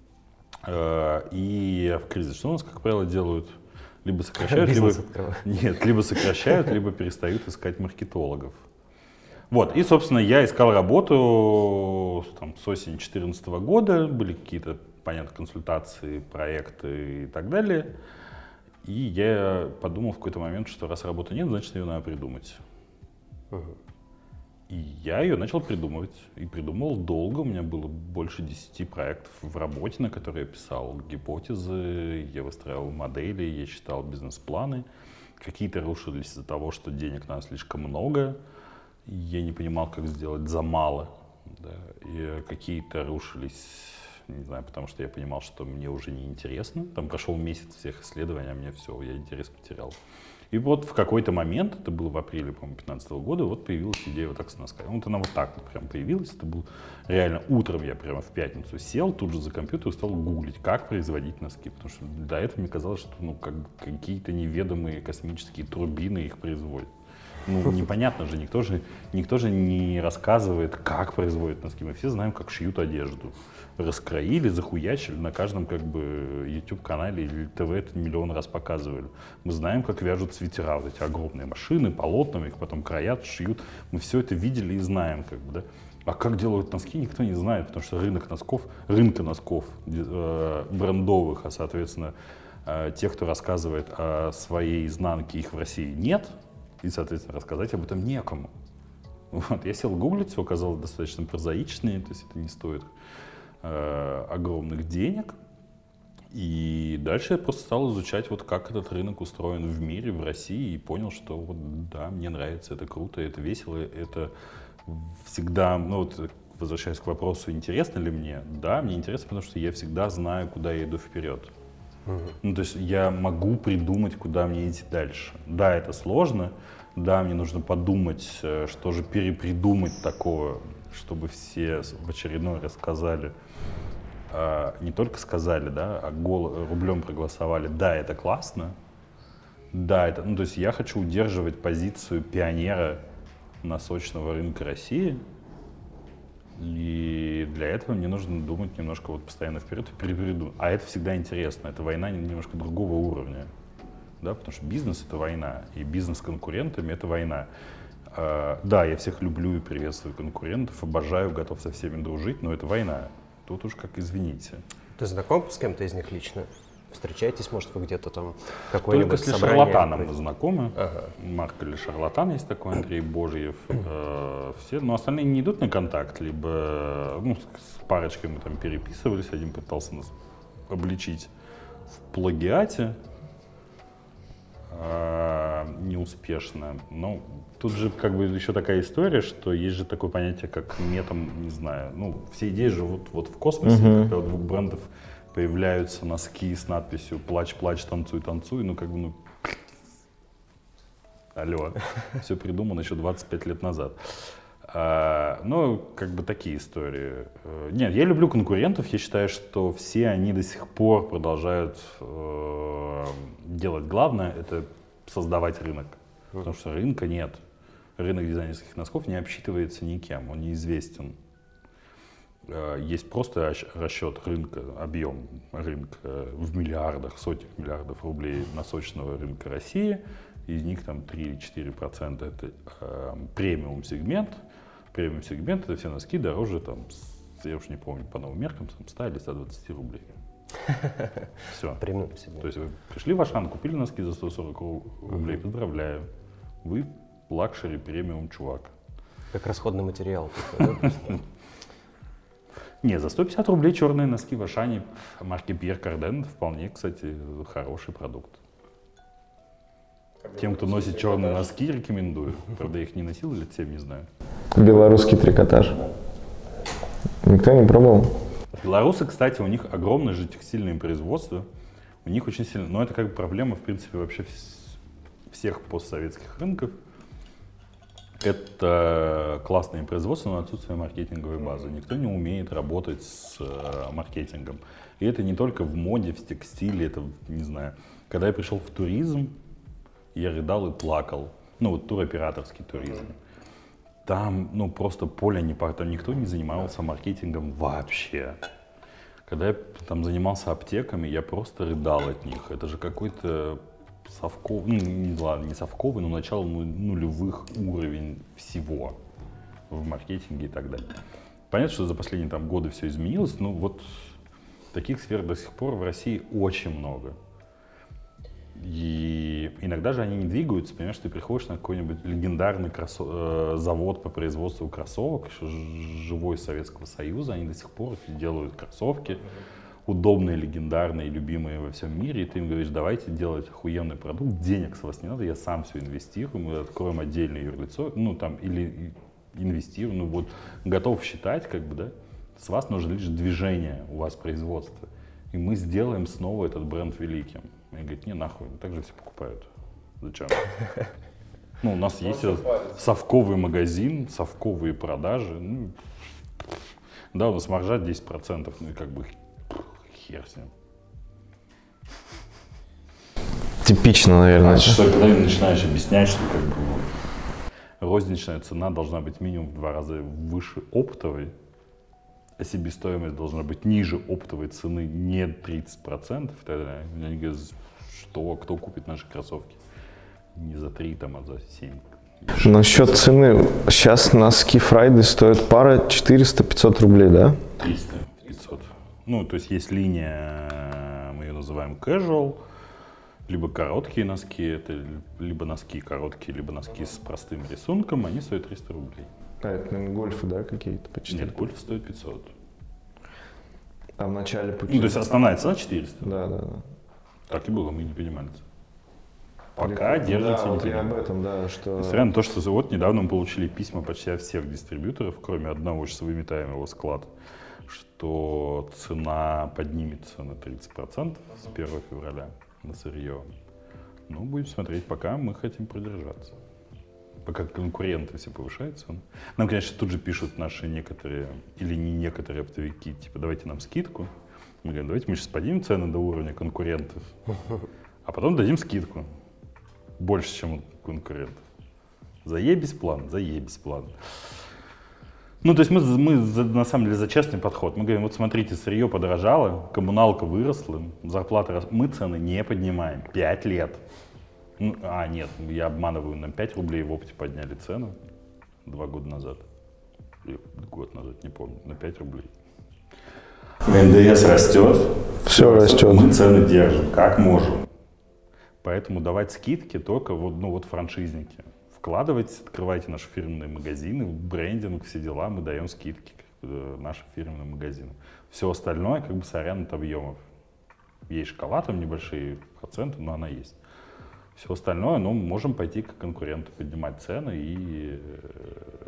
S2: И в кризис что у нас, как правило, делают? Либо сокращают, либо, нет, либо сокращают, либо перестают искать маркетологов. Вот, и, собственно, я искал работу там, с осени две тысячи четырнадцатого года, были какие-то, понятно, консультации, проекты и так далее. И я подумал в какой-то момент, что раз работы нет, значит, ее надо придумать. Uh-huh. И я ее начал придумывать. И придумывал долго. У меня было больше десяти проектов в работе, на которые я писал гипотезы, я выстраивал модели, я читал бизнес-планы. Какие-то рушились из-за того, что денег надо слишком много. Я не понимал, как сделать за мало. Да. И какие-то рушились, не знаю, потому что я понимал, что мне уже не интересно. Там прошел месяц всех исследований, а мне все, я интерес потерял. И вот в какой-то момент, это было в апреле, по-моему, две тысячи пятнадцатого года, вот появилась идея вот так с носками. Вот она вот так вот прям появилась. Это был реально утром, я прямо в пятницу сел, тут же за компьютер и стал гуглить, как производить носки. Потому что до этого мне казалось, что ну, как, какие-то неведомые космические турбины их производят. Ну, непонятно же, никто же, никто же не рассказывает, как производят носки. Мы все знаем, как шьют одежду. Раскроили, захуячили, на каждом как бы YouTube-канале или ТВ это миллион раз показывали. Мы знаем, как вяжут свитера, вот эти огромные машины, полотнами, их потом краят, шьют. Мы все это видели и знаем, как бы, да. А как делают носки, никто не знает, потому что рынок носков, рынка носков э, брендовых, а соответственно э, тех, кто рассказывает о своей изнанке, их в России нет. И, соответственно, рассказать об этом некому. Вот. Я сел гуглить, все оказалось достаточно прозаичное, то есть это не стоит э, огромных денег. И дальше я просто стал изучать, вот, как этот рынок устроен в мире, в России, и понял, что вот, да, мне нравится, это круто, это весело, это всегда, ну вот, возвращаясь к вопросу, интересно ли мне? Да, мне интересно, потому что я всегда знаю, куда я иду вперед. Uh-huh. Ну, то есть я могу придумать, куда мне идти дальше. Да, это сложно, да, мне нужно подумать, что же перепридумать такого, чтобы все в очередной раз сказали, а, не только сказали, да, а гол, рублем проголосовали, да, это классно, да, это, ну, то есть я хочу удерживать позицию пионера носочного рынка России. И для этого мне нужно думать немножко вот постоянно вперед и перепридумать. А это всегда интересно. Это война немножко другого уровня. Да? Потому что бизнес — это война. И бизнес с конкурентами — это война. А, да, я всех люблю и приветствую конкурентов, обожаю, готов со всеми дружить, но это война. Тут уж как извините.
S3: Ты знаком с кем-то из них лично? Встречаетесь, может, вы где-то там какое-нибудь
S2: собрание? Только с шарлатаном мы знакомы. Ага. Марк или шарлатан есть такой, Андрей Божьев. Э, все, но остальные не идут на контакт, либо ну, с парочкой мы там переписывались. Один пытался нас обличить в плагиате. Э, неуспешно. Но тут же как бы еще такая история, что есть же такое понятие, как метам, не знаю. Ну, все идеи живут вот в космосе, uh-huh. когда у двух брендов появляются носки с надписью «Плачь, плачь, танцуй, танцуй». Ну, как бы, ну, алло, все придумано еще двадцать пять лет назад. А, ну, как бы такие истории. Нет, я люблю конкурентов, я считаю, что все они до сих пор продолжают э, делать главное, это создавать рынок. Потому что рынка нет. Рынок дизайнерских носков не обсчитывается никем, он неизвестен. Есть просто расчет рынка, объем рынка в миллиардах, сотнях миллиардов рублей носочного рынка России. Из них там три-четыре процента это э, премиум сегмент. Премиум сегмент — это все носки дороже, там, я уж не помню, по новым меркам, там, сто или сто двадцать рублей. Все. Премиум сегмент. То есть вы пришли в Ашан, купили носки за сто сорок рублей, поздравляю. Вы лакшери премиум чувак. Как расходный материал. Не, за сто пятьдесят рублей черные носки в Ашане марки Пьер Карден вполне, кстати, хороший продукт. Тем, кто носит черные носки, рекомендую. Правда, я их не носил лет семь, не знаю.
S1: Белорусский трикотаж. Никто не пробовал?
S2: Белорусы, кстати, у них огромное же текстильное производство. У них очень сильно... Но это как бы проблема, в принципе, вообще всех постсоветских рынков. Это классное производство, но отсутствие маркетинговой базы. Никто не умеет работать с э, маркетингом. И это не только в моде, в текстиле, это, не знаю. Когда я пришел в туризм, я рыдал и плакал. Ну, вот туроператорский туризм. Там, ну, просто поле не пахло. Там никто не занимался маркетингом вообще. Когда я там занимался аптеками, я просто рыдал от них. Это же какой-то совковый, ну, не, ладно, не совковый, но начало нулевых уровень всего в маркетинге и так далее. Понятно, что за последние там годы все изменилось, но вот таких сфер до сих пор в России очень много. И иногда же они не двигаются, понимаешь, ты приходишь на какой-нибудь легендарный кроссо... э, завод по производству кроссовок, еще живой Советского Союза, они до сих пор делают кроссовки, удобные, легендарные, любимые во всем мире, и ты им говоришь, давайте делать охуенный продукт, денег с вас не надо, я сам все инвестирую, мы откроем отдельное юрлицо, ну там, или инвестирую, ну вот, готов считать, как бы, да, с вас нужно лишь движение, у вас производство, и мы сделаем снова этот бренд великим. Мне говорят, не, нахуй, так же все покупают. Зачем? Ну, у нас есть совковый магазин, совковые продажи. Ну, да, у нас маржа десять процентов, ну и как бы хер с ним.
S1: Типично, наверное.
S2: А что, когда ты начинаешь объяснять, что как бы розничная цена должна быть минимум в два раза выше оптовой, а себестоимость должна быть ниже оптовой цены, не тридцать процентов и так далее. Они говорят, что, кто купит наши кроссовки? Не за три, там, а за семь.
S1: Насчет цены, сейчас носки Фрайды стоят пара четыреста-пятьсот рублей, да?
S2: триста-пятьсот. Ну, то есть есть линия, мы ее называем casual, либо короткие носки, это либо носки короткие, либо носки с простым рисунком, они стоят триста рублей.
S1: А, это, наверное, гольфы, да, какие-то почти?
S2: Нет, гольф стоит пятьсот.
S1: А в начале пути?
S2: Ну, то есть основная цена четыреста.
S1: Да, да, да.
S2: Так и было, мы не поднимали. Пока держится,
S1: да,
S2: не
S1: вот я
S2: поднимали.
S1: об этом, да, что...
S2: Несмотря на то, что вот недавно мы получили письма почти от всех дистрибьюторов, кроме одного, сейчас выметаем его склад, что цена поднимется на тридцать процентов с первого февраля на сырье. Ну, будем смотреть, пока мы хотим продержаться. Пока конкуренты все повышают цену. Нам, конечно, тут же пишут наши некоторые, или не некоторые оптовики, типа, давайте нам скидку. Мы говорим, давайте мы сейчас поднимем цены до уровня конкурентов, а потом дадим скидку. Больше, чем у конкурентов. Заебись план, заебись план. Ну, то есть мы, мы на самом деле за честный подход. Мы говорим, вот смотрите, сырье подорожало, коммуналка выросла, зарплата росла. Мы цены не поднимаем. Пять лет. Ну, а, нет, я обманываю, на пять рублей в опте подняли цену два года назад. Или год назад, не помню, на пять рублей. эн дэ эс растет.
S1: Все растет.
S2: Мы цены держим, как можем. Поэтому давать скидки только вот, ну, вот франшизники. Вкладывайтесь, открывайте наши фирменные магазины, брендинг, все дела, мы даем скидки э, нашим фирменным магазинам. Все остальное, как бы, сорян от объемов. Есть шкала, там небольшие проценты, но она есть. Все остальное, ну, можем пойти как конкуренты, поднимать цены и... Э,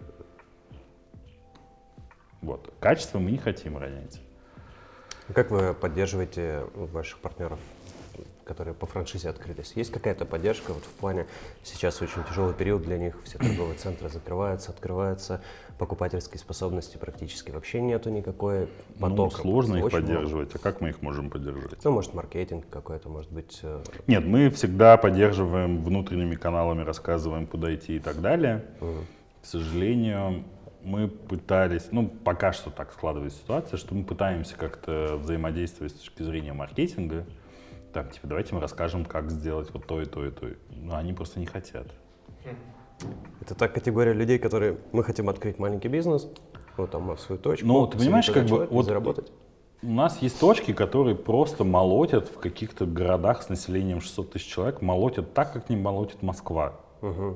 S2: вот. Качество мы не хотим ронять.
S3: Как вы поддерживаете ваших партнеров, которые по франшизе открылись? Есть какая-то поддержка вот в плане, сейчас очень тяжелый период для них, все торговые центры закрываются, открываются, покупательской способности практически вообще нету никакой, потока.
S2: Ну, сложно их
S3: очень
S2: поддерживать,
S3: много.
S2: а как мы их можем поддерживать?
S3: Ну, может, маркетинг какой-то, может быть... э,
S2: Нет, мы всегда поддерживаем внутренними каналами, рассказываем, куда идти и так далее.
S3: Мгм.
S2: К сожалению, мы пытались, ну, пока что так складывается ситуация, что мы пытаемся как-то взаимодействовать с точки зрения маркетинга. Там, типа, давайте мы расскажем, как сделать вот то и то и то. Но они просто не хотят.
S3: Это та категория людей, которые мы хотим открыть маленький бизнес, вот там свою точку,
S2: Ну, ты понимаешь, как бы, вот
S3: заработать.
S2: У нас есть точки, которые просто молотят в каких-то городах с населением шестьсот тысяч человек, молотят так, как не молотит Москва.
S3: Угу.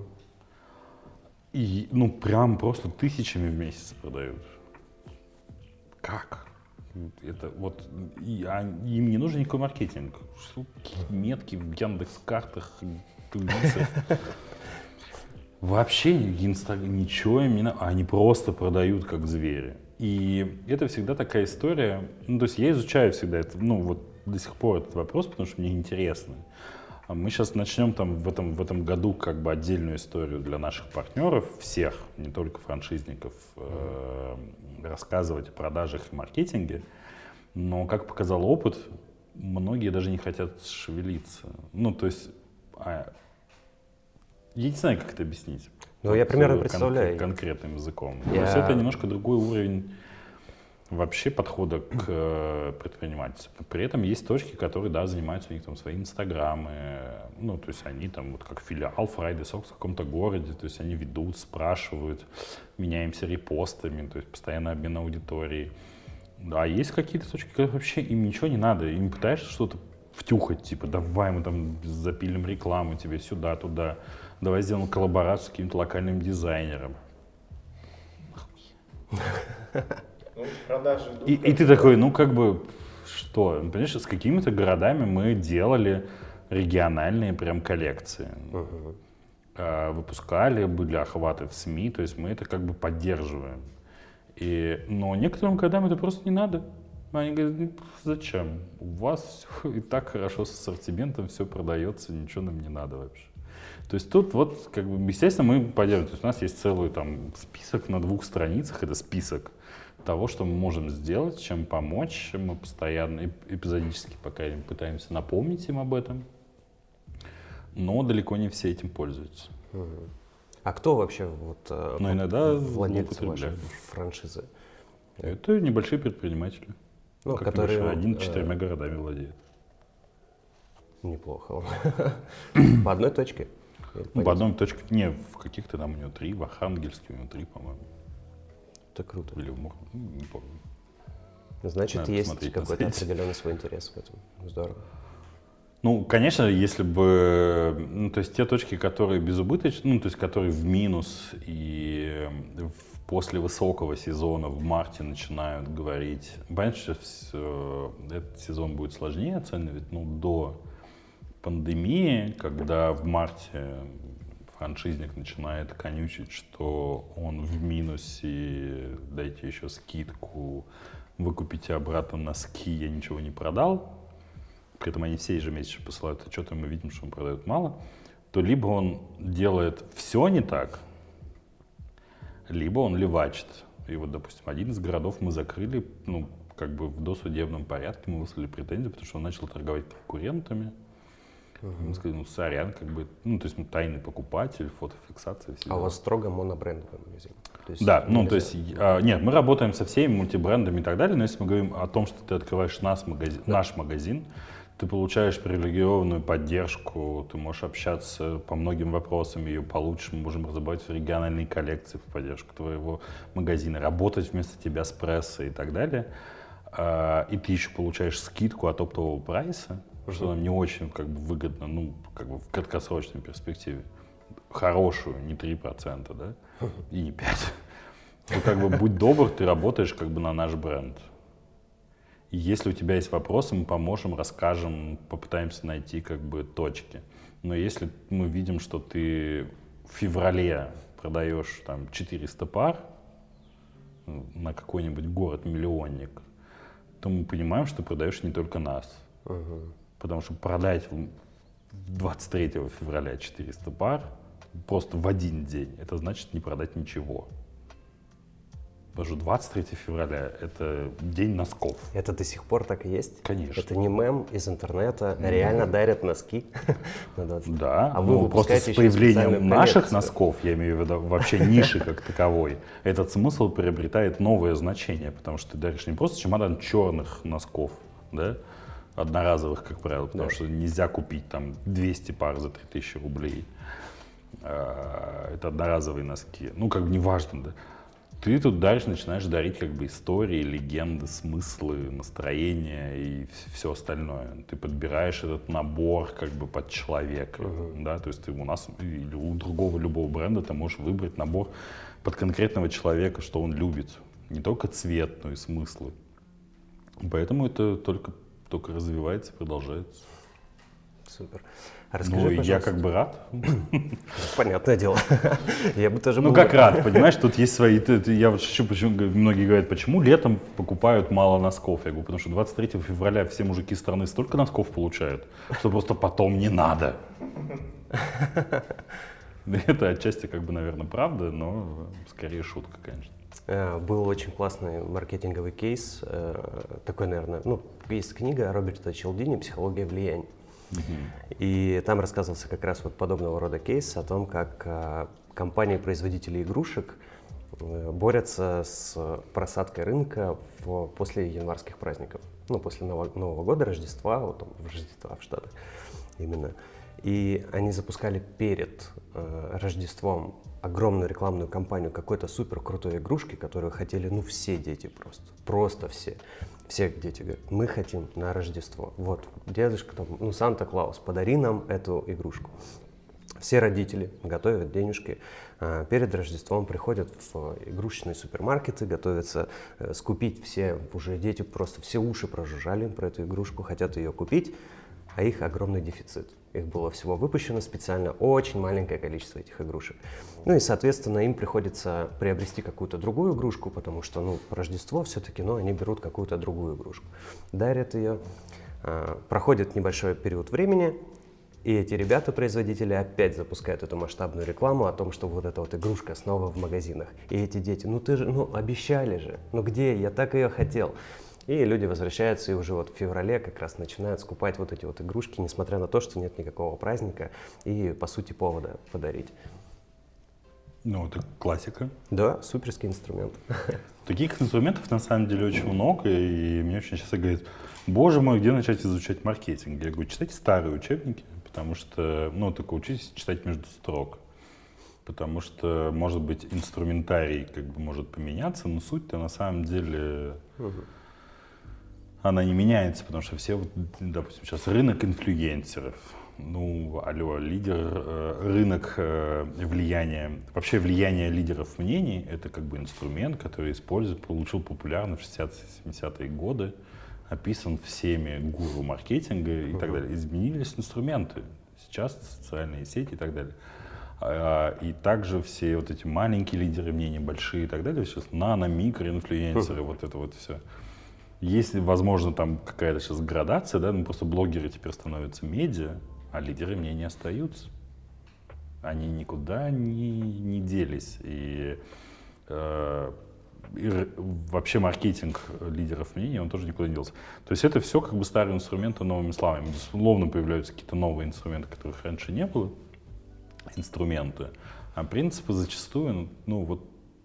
S2: И, ну, прям просто тысячами в месяц продают. Как? Это вот, и, а, им не нужен никакой маркетинг. Что, метки в Яндекс.Картах, тулицах. Вообще ничего им не надо. Они просто продают как звери. И это всегда такая история. Ну, то есть я изучаю всегда это, ну, вот до сих пор этот вопрос, потому что мне интересно. Мы сейчас начнем там в этом, в этом году как бы отдельную историю для наших партнеров, всех, не только франшизников, э, рассказывать о продажах и маркетинге. Но, как показал опыт, многие даже не хотят шевелиться. Ну, то есть, а, я не знаю, как это объяснить.
S3: Ну, я примерно
S2: кон-
S3: представляю.
S2: Конкретным языком.
S3: Я...
S2: То есть это немножко другой уровень вообще подхода к э, предпринимательству. При этом есть точки, которые, да, занимаются, у них там свои инстаграмы, ну, то есть они там вот как филиал Friday Socks в каком-то городе, то есть они ведут, спрашивают, меняемся репостами, то есть постоянно обмен аудиторией. Да, есть какие-то точки, которые вообще им ничего не надо, им пытаешься что-то втюхать, типа, давай мы там запилим рекламу тебе сюда, туда, давай сделаем коллаборацию с каким-то локальным дизайнером. И, и ты такой, ну как бы, что, понимаешь, с какими-то городами мы делали региональные прям коллекции. Uh-huh. э, выпускали, были охваты в СМИ, то есть мы это как бы поддерживаем. И, но некоторым городам это просто не надо. Они говорят, ну, зачем? У вас все и так хорошо с ассортиментом, все продается, ничего нам не надо вообще. То есть тут вот, как бы, естественно, мы поддерживаем. То есть у нас есть целый там список на двух страницах, это список того, что мы можем сделать, чем помочь. Мы постоянно, эпизодически пока пытаемся напомнить им об этом, но далеко не все этим пользуются.
S3: А кто вообще вот,
S2: но иногда
S3: владельцы вашей франшизы?
S2: Это небольшие предприниматели,
S3: ну,
S2: как
S3: которые
S2: один-четырьмя э... городами владеют.
S3: Неплохо. По одной точке?
S2: По одной точке, не, в каких-то там у него три, в Архангельске у него три, по-моему.
S3: Это круто.
S2: Или в Мур... не помню.
S3: Значит, надо есть какой-то определенный свой интерес в этом. Здорово.
S2: Ну, конечно, если бы, ну, то есть те точки, которые безубыточны, ну, то есть которые в минус и в, после высокого сезона в марте начинают говорить, понимаете, сейчас э, этот сезон будет сложнее оценивать, ну, до пандемии, когда в марте франшизник начинает конючить, что он в минусе, дайте еще скидку, вы купите обратно носки, я ничего не продал, при этом они все ежемесячно посылают отчеты, мы видим, что он продает мало, то либо он делает все не так, либо он левачит. И вот, допустим, один из городов мы закрыли, ну, как бы в досудебном порядке, мы выслали претензию, потому что он начал торговать конкурентами. Uh-huh. Мы сказали, ну, сорян, как бы, ну, то есть мы тайный покупатель, фотофиксация. Все
S3: а дела. У вас строго монобрендовый магазин?
S2: То есть да, ну, то есть, а, нет, мы работаем со всеми мультибрендами и так далее, но если мы говорим о том, что ты открываешь наш магазин, да. наш магазин, ты получаешь привилегированную поддержку, ты можешь общаться по многим вопросам, ее получишь, мы можем разобрать в региональные коллекции в поддержку твоего магазина, работать вместо тебя с прессой и так далее, а, и ты еще получаешь скидку от оптового прайса, что нам не очень как бы выгодно, ну, как бы в краткосрочной перспективе. Хорошую, не три процента, да, и не пять процентов. Ну, как бы, будь добр, ты работаешь как бы на наш бренд. И если у тебя есть вопросы, мы поможем, расскажем, попытаемся найти как бы точки. Но если мы видим, что ты в феврале продаешь там четыреста пар на какой-нибудь город-миллионник, то мы понимаем, что ты продаешь не только нас. Uh-huh. Потому что продать двадцать третьего февраля четыреста пар просто в один день, это значит не продать ничего. Потому что двадцать третьего февраля — это день носков.
S3: Это до сих пор так и есть?
S2: Конечно.
S3: Это не мем из интернета, mm-hmm. реально дарят носки на двадцать.
S2: Да,
S3: а вы
S2: ну, просто с появлением наших носков, я имею в виду вообще ниши как таковой, этот смысл приобретает новое значение, потому что ты даришь не просто чемодан черных носков, да, одноразовых, как правило, потому да. что нельзя купить там двести пар за три тысячи рублей. Это одноразовые носки. Ну, как бы неважно, да. Ты тут дальше начинаешь дарить как бы истории, легенды, смыслы, настроения и все остальное. Ты подбираешь этот набор как бы под человека, uh-huh. да, то есть ты у нас или у другого любого бренда ты можешь выбрать набор под конкретного человека, что он любит. Не только цвет, но и смыслы. Поэтому это только, только развивается, продолжается.
S3: Супер. А расскажи,
S2: ну,
S3: пожалуйста.
S2: я как бы рад.
S3: Понятное дело. Я бы тоже
S2: Ну,
S3: был
S2: как
S3: рад.
S2: рад, понимаешь, тут есть свои... Я вот шучу, почему многие говорят, почему летом покупают мало носков? Я говорю, потому что двадцать третьего февраля все мужики страны столько носков получают, что просто потом не надо. Это отчасти, как бы, наверное, правда, но скорее шутка, конечно.
S3: Был очень классный маркетинговый кейс, такой, наверное, ну, есть книга Роберта Чалдини «Психология влияния». Uh-huh. И там рассказывался как раз вот подобного рода кейс о том, как компании-производители игрушек борются с просадкой рынка в, после январских праздников, ну, после Нового, Нового года, Рождества, вот там, Рождества в Штатах именно. И они запускали перед э, Рождеством огромную рекламную кампанию какой-то супер крутой игрушки, которую хотели, ну, все дети просто, просто все. Все дети говорят, мы хотим на Рождество. Вот, дедушка, там, ну, Санта-Клаус, подари нам эту игрушку. Все родители готовят денежки, э, перед Рождеством приходят в игрушечные супермаркеты, готовятся э, скупить все, уже дети просто все уши прожужжали про эту игрушку, хотят ее купить, а их огромный дефицит. Их было всего выпущено специально очень маленькое количество этих игрушек. Ну и, соответственно, им приходится приобрести какую-то другую игрушку, потому что, ну, Рождество все-таки, ну, они берут какую-то другую игрушку, дарят ее, э, проходит небольшой период времени, и эти ребята-производители опять запускают эту масштабную рекламу о том, что вот эта вот игрушка снова в магазинах. И эти дети, ну ты же, ну обещали же, ну где, я так ее хотел. И люди возвращаются и уже вот в феврале как раз начинают скупать вот эти вот игрушки, несмотря на то, что нет никакого праздника и, по сути, повода подарить.
S2: Ну, это классика.
S3: Да, суперский инструмент.
S2: Таких инструментов на самом деле очень много, и мне очень часто говорят, боже мой, где начать изучать маркетинг? Я говорю, читайте старые учебники, потому что, ну, только учитесь читать между строк. Потому что, может быть, инструментарий как бы может поменяться, но суть-то на самом деле... Угу. Она не меняется, потому что все, допустим, сейчас рынок инфлюенсеров, ну, алло, лидер, рынок влияния, вообще влияние лидеров мнений — это как бы инструмент, который использует, получил популярность в шестидесятые-семидесятые годы, описан всеми гуру маркетинга и uh-huh. так далее. Изменились инструменты, сейчас социальные сети и так далее. И также все вот эти маленькие лидеры мнений, большие и так далее, сейчас нано-микро-инфлюенсеры, uh-huh. вот это вот все. Если, возможно, там какая-то сейчас градация, да, ну просто блогеры теперь становятся медиа, а лидеры мнений остаются. Они никуда не, не делись. И, э, и вообще маркетинг лидеров мнений, он тоже никуда не делся. То есть это все как бы старые инструменты новыми словами. Безусловно, появляются какие-то новые инструменты, которых раньше не было. Инструменты. А принципы зачастую, ну вот,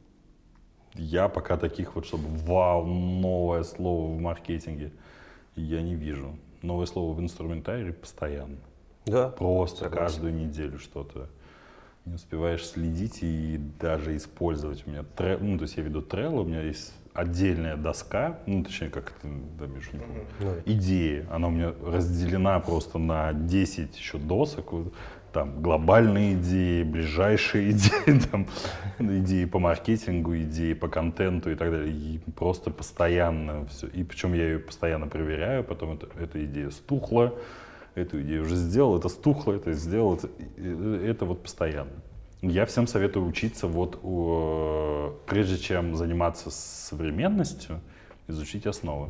S2: я пока таких вот, чтобы вау, новое слово в маркетинге, я не вижу. Новое слово в инструментарии постоянно.
S3: Да.
S2: Просто
S3: согласен.
S2: Каждую неделю что-то. Не успеваешь следить и даже использовать. У меня трел, ну, то есть я веду Trello, у меня есть отдельная доска, ну, точнее, как это, да, Миша, не помню, mm-hmm. идеи. Она у меня разделена просто на десять еще досок. Там глобальные идеи, ближайшие идеи, там, идеи по маркетингу, идеи по контенту и так далее. И просто постоянно все. И причем я ее постоянно проверяю, потом это, эта идея стухла, эту идею уже сделал, это стухло, это сделал, это, это вот постоянно. Я всем советую учиться, вот, у, прежде чем заниматься современностью, изучить основы.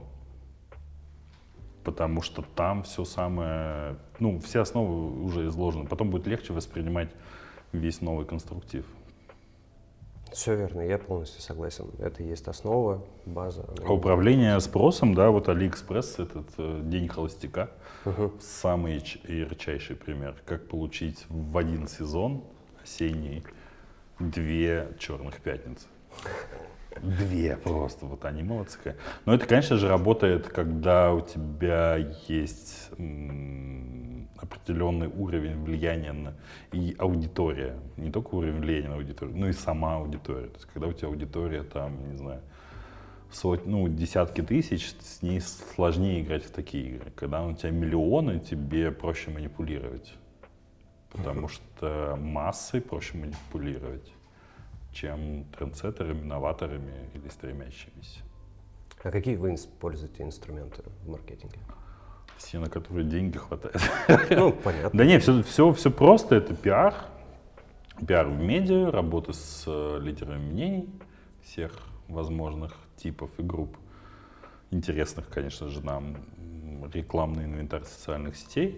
S2: Потому что там все самое, ну, все основы уже изложены. Потом будет легче воспринимать весь новый конструктив.
S3: Все верно, я полностью согласен. Это и есть основа, база.
S2: А управление спросом, да, вот Алиэкспресс, этот э, день холостяка, угу. самый ярчайший пример. Как получить в один сезон осенний две черных пятницы. Две просто, вот они молодцы. Но это, конечно же, работает, когда у тебя есть м, определенный уровень влияния на, и аудитория. Не только уровень влияния на аудиторию, но и сама аудитория. То есть, когда у тебя аудитория, там, не знаю, сот, ну, десятки тысяч, с ней сложнее играть в такие игры. Когда у тебя миллионы, тебе проще манипулировать. Потому что массой проще манипулировать, чем трендсеттерами, новаторами или стремящимися.
S3: А какие вы используете инструменты в маркетинге?
S2: Все, на которые деньги хватает.
S3: Ну, понятно.
S2: Да нет, все, все, все просто. Это пиар. Пиар в медиа, работа с э, лидерами мнений всех возможных типов и групп. Интересных, конечно же, нам рекламный инвентарь социальных сетей.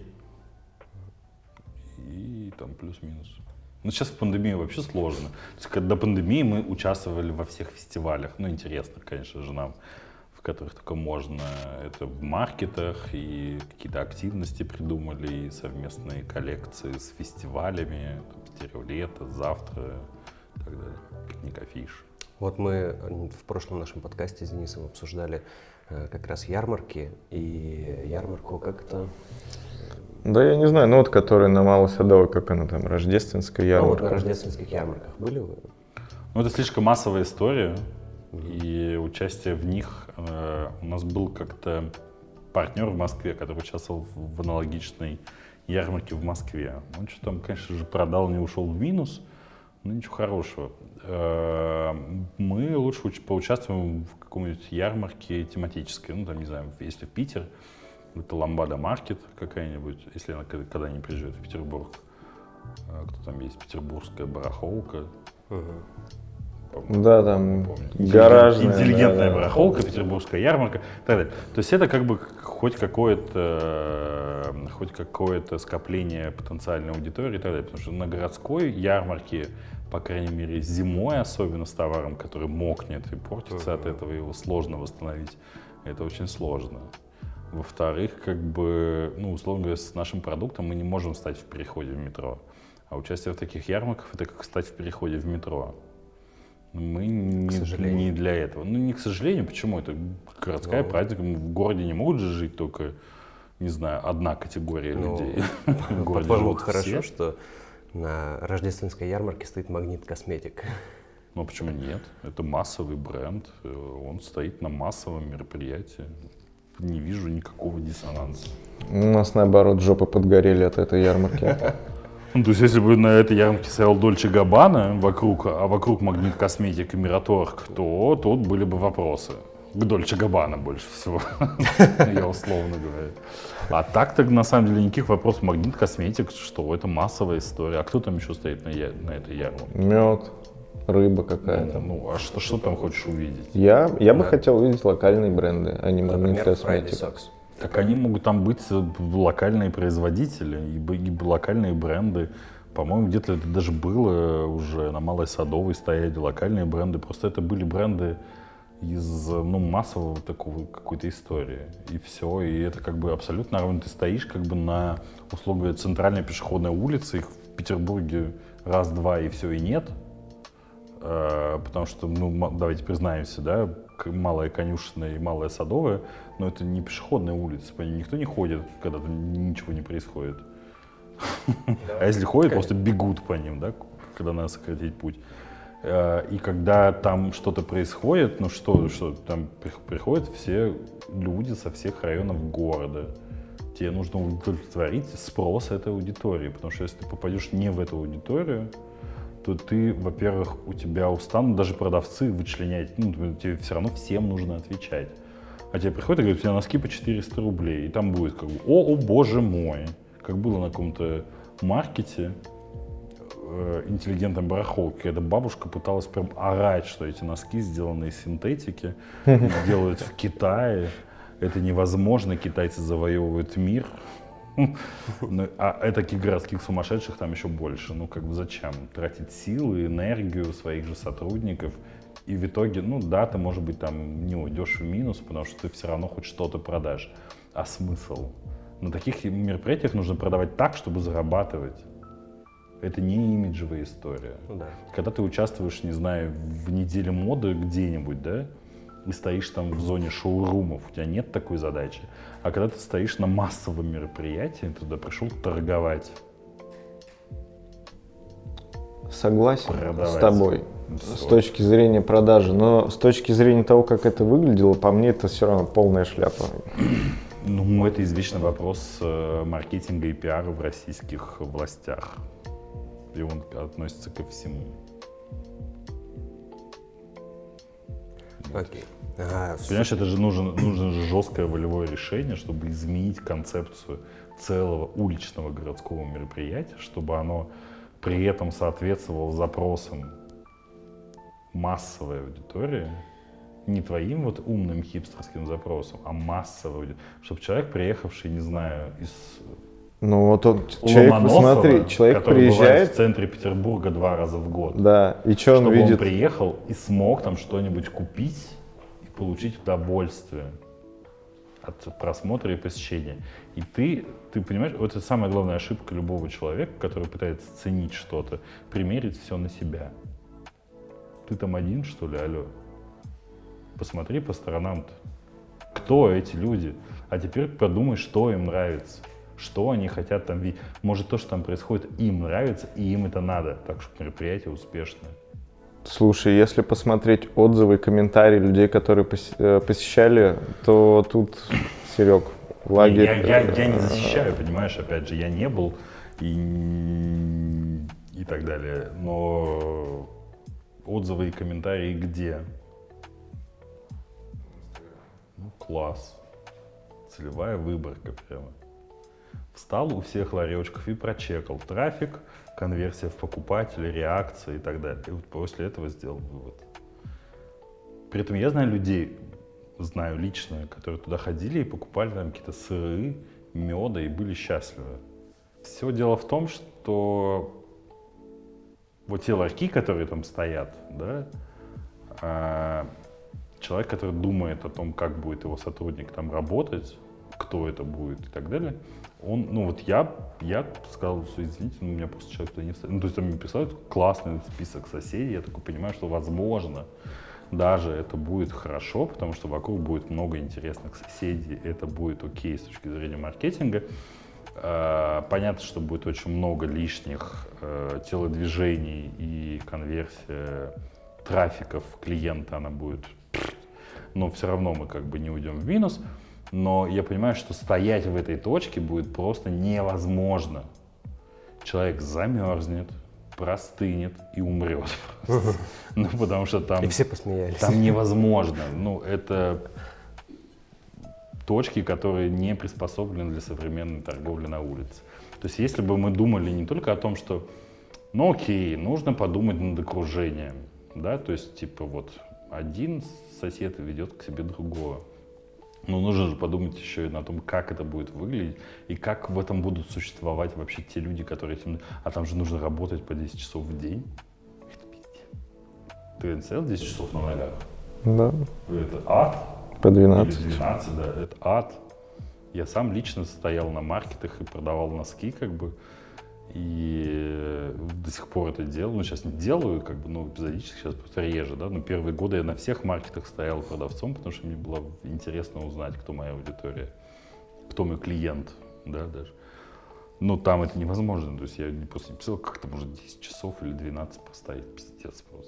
S2: И там плюс-минус. Но сейчас в пандемии вообще сложно. То есть, когда до пандемии мы участвовали во всех фестивалях, ну, интересных, конечно же, нам, в которых только можно. Это в маркетах, и какие-то активности придумали, и совместные коллекции с фестивалями, там, стереолето, завтра и так далее. Пикник афиш.
S3: Вот мы в прошлом нашем подкасте с Денисом обсуждали э, как раз ярмарки, и ярмарку как-то...
S1: Да я не знаю, ну вот которая на Малосадовой, как она там, рождественская ярмарка.
S3: Ну, вот на рождественских ярмарках были вы?
S2: Ну, это слишком массовая история, mm-hmm. и участие в них... Э, у нас был как-то партнер в Москве, который участвовал в, в аналогичной ярмарке в Москве. Он что там, конечно же, продал, не ушел в минус, но ничего хорошего. Э, мы лучше уч- поучаствуем в какой-нибудь ярмарке тематической, ну, там, не знаю, если в Питер, это Ламбада Маркет какая-нибудь, если она когда-нибудь приезжает в Петербург. Кто там есть? Петербургская барахолка.
S1: Uh-huh. Да, там
S2: гаражная. Интеллигентная да, барахолка, да. Петербургская ярмарка и так далее. То есть это как бы хоть какое-то, хоть какое-то скопление потенциальной аудитории и так далее. Потому что на городской ярмарке, по крайней мере зимой, особенно с товаром, который мокнет и портится uh-huh. от этого, его сложно восстановить. Это очень сложно. Во-вторых, как бы, ну, условно говоря, с нашим продуктом мы не можем встать в переходе в метро. А участие в таких ярмарках — это как встать в переходе в метро. Мы не, не для этого. Ну, не к сожалению, почему? Это городская ну, праздник. В городе не могут же жить только, не знаю, одна категория ну, людей.
S3: По-твоему, хорошо, что на рождественской ярмарке стоит Магнит Косметик.
S2: Ну, почему нет? Это массовый бренд. Он стоит на массовом мероприятии. Не вижу никакого диссонанса.
S1: У нас, наоборот, жопы подгорели от этой ярмарки.
S2: Ну, то есть, если бы на этой ярмарке стоял Дольче Габбана вокруг, а вокруг Магнит Косметик и Мираторг, то тут были бы вопросы. К Дольче Габбана больше всего, я условно говорю. А так-то, на самом деле, никаких вопросов. Магнит Косметик, что это массовая история. А кто там еще стоит на, я- на этой ярмарке?
S1: Мед, рыба какая-то.
S2: Ну, ну а что, что там хочешь увидеть?
S1: Я, я бы хотел увидеть локальные бренды, а не Магнит Косметик.
S2: Так они могут там быть локальные производители и, и локальные бренды. По-моему, где-то это даже было уже на Малой Садовой стояли локальные бренды. Просто это были бренды из ну, массового такого какой-то истории. И все. И это как бы абсолютно нормально. Ты стоишь как бы на, условно говоря, центральной пешеходной улице. Их в Петербурге раз-два и все, и нет. Потому что, ну, давайте признаемся, да, Малая Конюшенная и Малая Садовая, но это не пешеходная улица, по ней никто не ходит, когда там ничего не происходит. А если ходят, просто бегут по ним, да, когда надо сократить путь. И когда там что-то происходит, ну что, что там приходят все люди со всех районов города. Тебе нужно удовлетворить спрос этой аудитории, потому что если ты попадешь не в эту аудиторию, то ты, во-первых, у тебя устанут даже продавцы вычленять, ну, тебе все равно всем нужно отвечать. А тебе приходят и говорят, у тебя носки по четыреста рублей, и там будет как бы, о, о боже мой, как было на каком-то маркете э, интеллигентной барахолки, когда бабушка пыталась прям орать, что эти носки сделаны из синтетики, делают в Китае, это невозможно, китайцы завоевывают мир. А таких городских сумасшедших там еще больше. Ну, как бы зачем? Тратить силы, энергию своих же сотрудников. И в итоге, ну да, ты, может быть, там не уйдешь в минус, потому что ты все равно хоть что-то продашь. А смысл? На таких мероприятиях нужно продавать так, чтобы зарабатывать. Это не имиджевая история.
S3: Да.
S2: Когда ты участвуешь, не знаю, в неделе моды где-нибудь, да, и стоишь там в зоне шоурумов, у тебя нет такой задачи. А когда ты стоишь на массовом мероприятии, ты туда пришел торговать.
S1: Согласен
S2: Продавать.
S1: С тобой,
S2: Все.
S1: С точки зрения продажи. Но с точки зрения того, как это выглядело, по мне это все равно полная шляпа.
S2: Ну, это извечный вопрос маркетинга и пиара в российских властях. И он относится ко всему.
S3: Окей. Ага,
S2: Понимаешь, это же нужно, нужно же жесткое волевое решение, чтобы изменить концепцию целого уличного городского мероприятия, чтобы оно при этом соответствовало запросам массовой аудитории, не твоим вот умным хипстерским запросам, а массовой аудитории. Чтобы человек, приехавший, не знаю, из
S1: Ну вот он, человек, посмотри, человек
S2: который бывает
S1: приезжает,
S2: в центре Петербурга два раза в год,
S1: да, и что он
S2: чтобы
S1: видит?
S2: он приехал и смог там что-нибудь купить и получить удовольствие от просмотра и посещения. И ты, ты понимаешь, вот это самая главная ошибка любого человека, который пытается ценить что-то, примерить все на себя. Ты там один, что ли, алло? Посмотри по сторонам-то. Кто эти люди? А теперь подумай, что им нравится. Что они хотят там видеть. Может, то, что там происходит, им нравится, и им это надо. Так что мероприятие успешное.
S1: Слушай, если посмотреть отзывы и комментарии людей, которые посещали, то тут, Серег, лагерь...
S2: Я, я, я не защищаю, понимаешь, опять же, я не был и, и так далее. Но отзывы и комментарии где? Ну, класс. Целевая выборка прямо. Встал у всех ларечков и прочекал трафик, конверсия в покупателя, реакция и так далее. И вот после этого сделал вывод. При этом я знаю людей, знаю лично, которые туда ходили и покупали там какие-то сыры, меда и были счастливы. Все дело в том, что вот те ларьки, которые там стоят, да, а человек, который думает о том, как будет его сотрудник там работать, кто это будет и так далее, он, ну вот я, я сказал, что извините, но у меня просто человек туда не встает. Ну, то есть там мне присылают классный список соседей, я такой понимаю, что возможно даже это будет хорошо, потому что вокруг будет много интересных соседей, это будет окей с точки зрения маркетинга. Понятно, что будет очень много лишних телодвижений и конверсия трафиков клиента, она будет, но все равно мы как бы не уйдем в минус. Но я понимаю, что стоять в этой точке будет просто невозможно. Человек замерзнет, простынет и умрет. Ну, потому что там...
S3: И все посмеялись.
S2: Там невозможно. Ну, это точки, которые не приспособлены для современной торговли на улице. То есть, если бы мы думали не только о том, что, ну, окей, нужно подумать над окружением, да, то есть, типа, вот один сосед ведет к себе другого. Но нужно же подумать еще и на том, как это будет выглядеть и как в этом будут существовать вообще те люди, которые этим... А там же нужно работать по десять часов в день. Это пиздец. Ты сидел десять часов на ногах?
S1: Да.
S2: Это ад.
S1: По двенадцать.
S2: Или двенадцать, да. Это ад. Я сам лично стоял на маркетах и продавал носки, как бы. И до сих пор это делаю. Ну, сейчас не делаю, как бы, ну, эпизодически, сейчас просто реже, да. Но первые годы я на всех маркетах стоял продавцом, потому что мне было интересно узнать, кто моя аудитория, кто мой клиент, да, даже. Но там это невозможно. То есть я просто не писал, как это может десять часов или двенадцать простоять. Пиздец просто.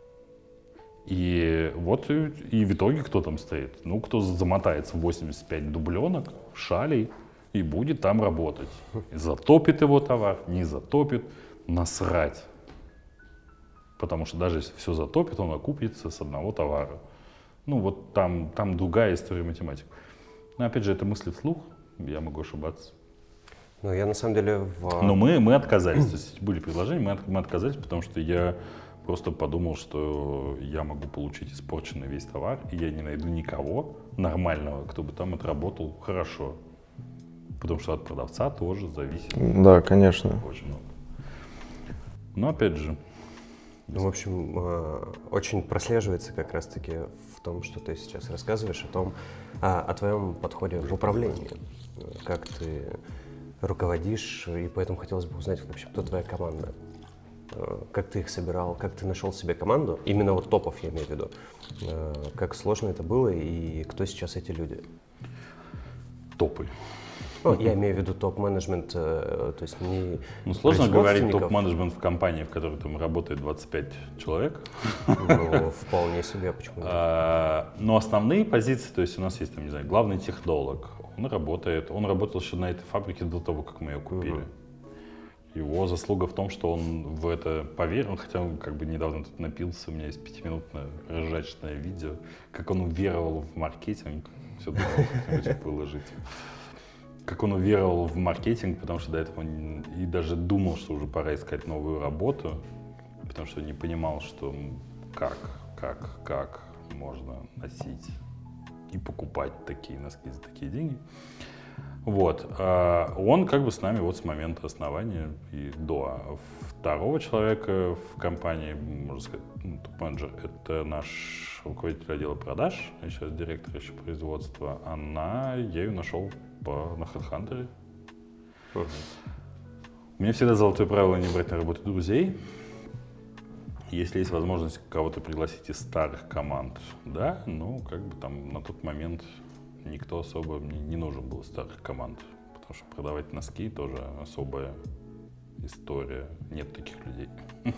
S2: И вот и, и в итоге кто там стоит? Ну, кто замотается в восемьдесят пять дубленок, шалей, и будет там работать. И затопит его товар, не затопит, насрать. Потому что даже если все затопит, он окупится с одного товара. Ну вот там, там другая история математики. Но опять же, это мысли вслух, я могу ошибаться.
S3: Ну, я на самом деле в...
S2: Но мы, мы отказались, то есть были предложения, мы, от, мы отказались, потому что я просто подумал, что я могу получить испорченный весь товар, и я не найду никого нормального, кто бы там отработал хорошо. Потому что от продавца тоже зависит.
S1: Да, конечно.
S2: Очень много. Но опять же.
S3: Ну, в общем, очень прослеживается как раз-таки в том, что ты сейчас рассказываешь, о том, о твоем подходе в управлении. Как ты руководишь, и поэтому хотелось бы узнать вообще, кто твоя команда. Как ты их собирал, как ты нашел себе команду, именно вот топов я имею в виду. Как сложно это было и кто сейчас эти люди?
S2: Топы.
S3: Ну, я имею в виду топ-менеджмент, то есть не...
S2: Ну, сложно говорить топ-менеджмент в компании, в которой там работает двадцать пять человек.
S3: Ну, вполне себе, почему нет?
S2: А, но основные позиции, то есть у нас есть, там, не знаю, главный технолог, он работает, он работал еще на этой фабрике до того, как мы ее купили. Его заслуга в том, что он в это поверил, хотя он как бы недавно тут напился, у меня есть пятиминутное ржачное видео, как он уверовал в маркетинг, все думал как-нибудь выложить. Как он уверовал в маркетинг, потому что до этого он и даже думал, что уже пора искать новую работу, потому что не понимал, что как, как, как можно носить и покупать такие носки за такие деньги. Вот. А он как бы с нами вот с момента основания и до. А второго человека в компании, можно сказать, ну, топ-менеджер, это наш руководитель отдела продаж, сейчас директор еще производства. Она, я ее нашел по, на HeadHunter. Uh-huh. У меня всегда золотое правило не брать на работу друзей. Если есть возможность кого-то пригласить из старых команд, да, ну, как бы там на тот момент никто особо мне не нужен был из старых команд, потому что продавать носки тоже особая история, нет таких людей.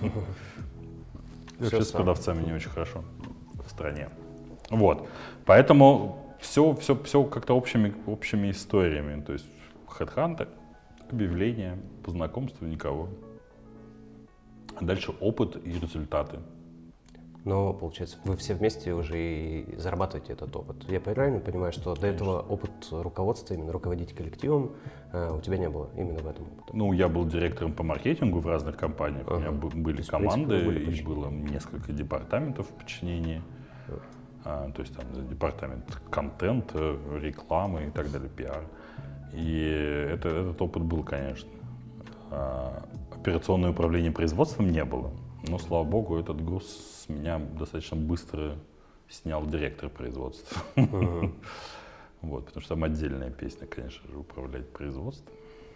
S2: Вообще с продавцами не очень хорошо в стране. Вот, поэтому все, все, все как-то общими, общими историями, то есть HeadHunter, объявление, по знакомству никого. Дальше опыт и результаты.
S3: Но, получается, вы все вместе уже и зарабатываете этот опыт. Я правильно понимаю, что Конечно. До этого опыт руководства, именно руководить коллективом, э, у тебя не было именно в этом опыте?
S2: Ну, я был директором по маркетингу в разных компаниях. Ага. У меня были то есть, команды, принципе, были и было несколько департаментов в подчинении. Ага. А, то есть там департамент контента, рекламы и так далее, пиар. И это, этот опыт был, конечно. А, операционное управление производством не было. Но, слава богу, этот груз с меня достаточно быстро снял директор производства. Uh-huh. Вот, потому что там отдельная песня, конечно же, управлять производством.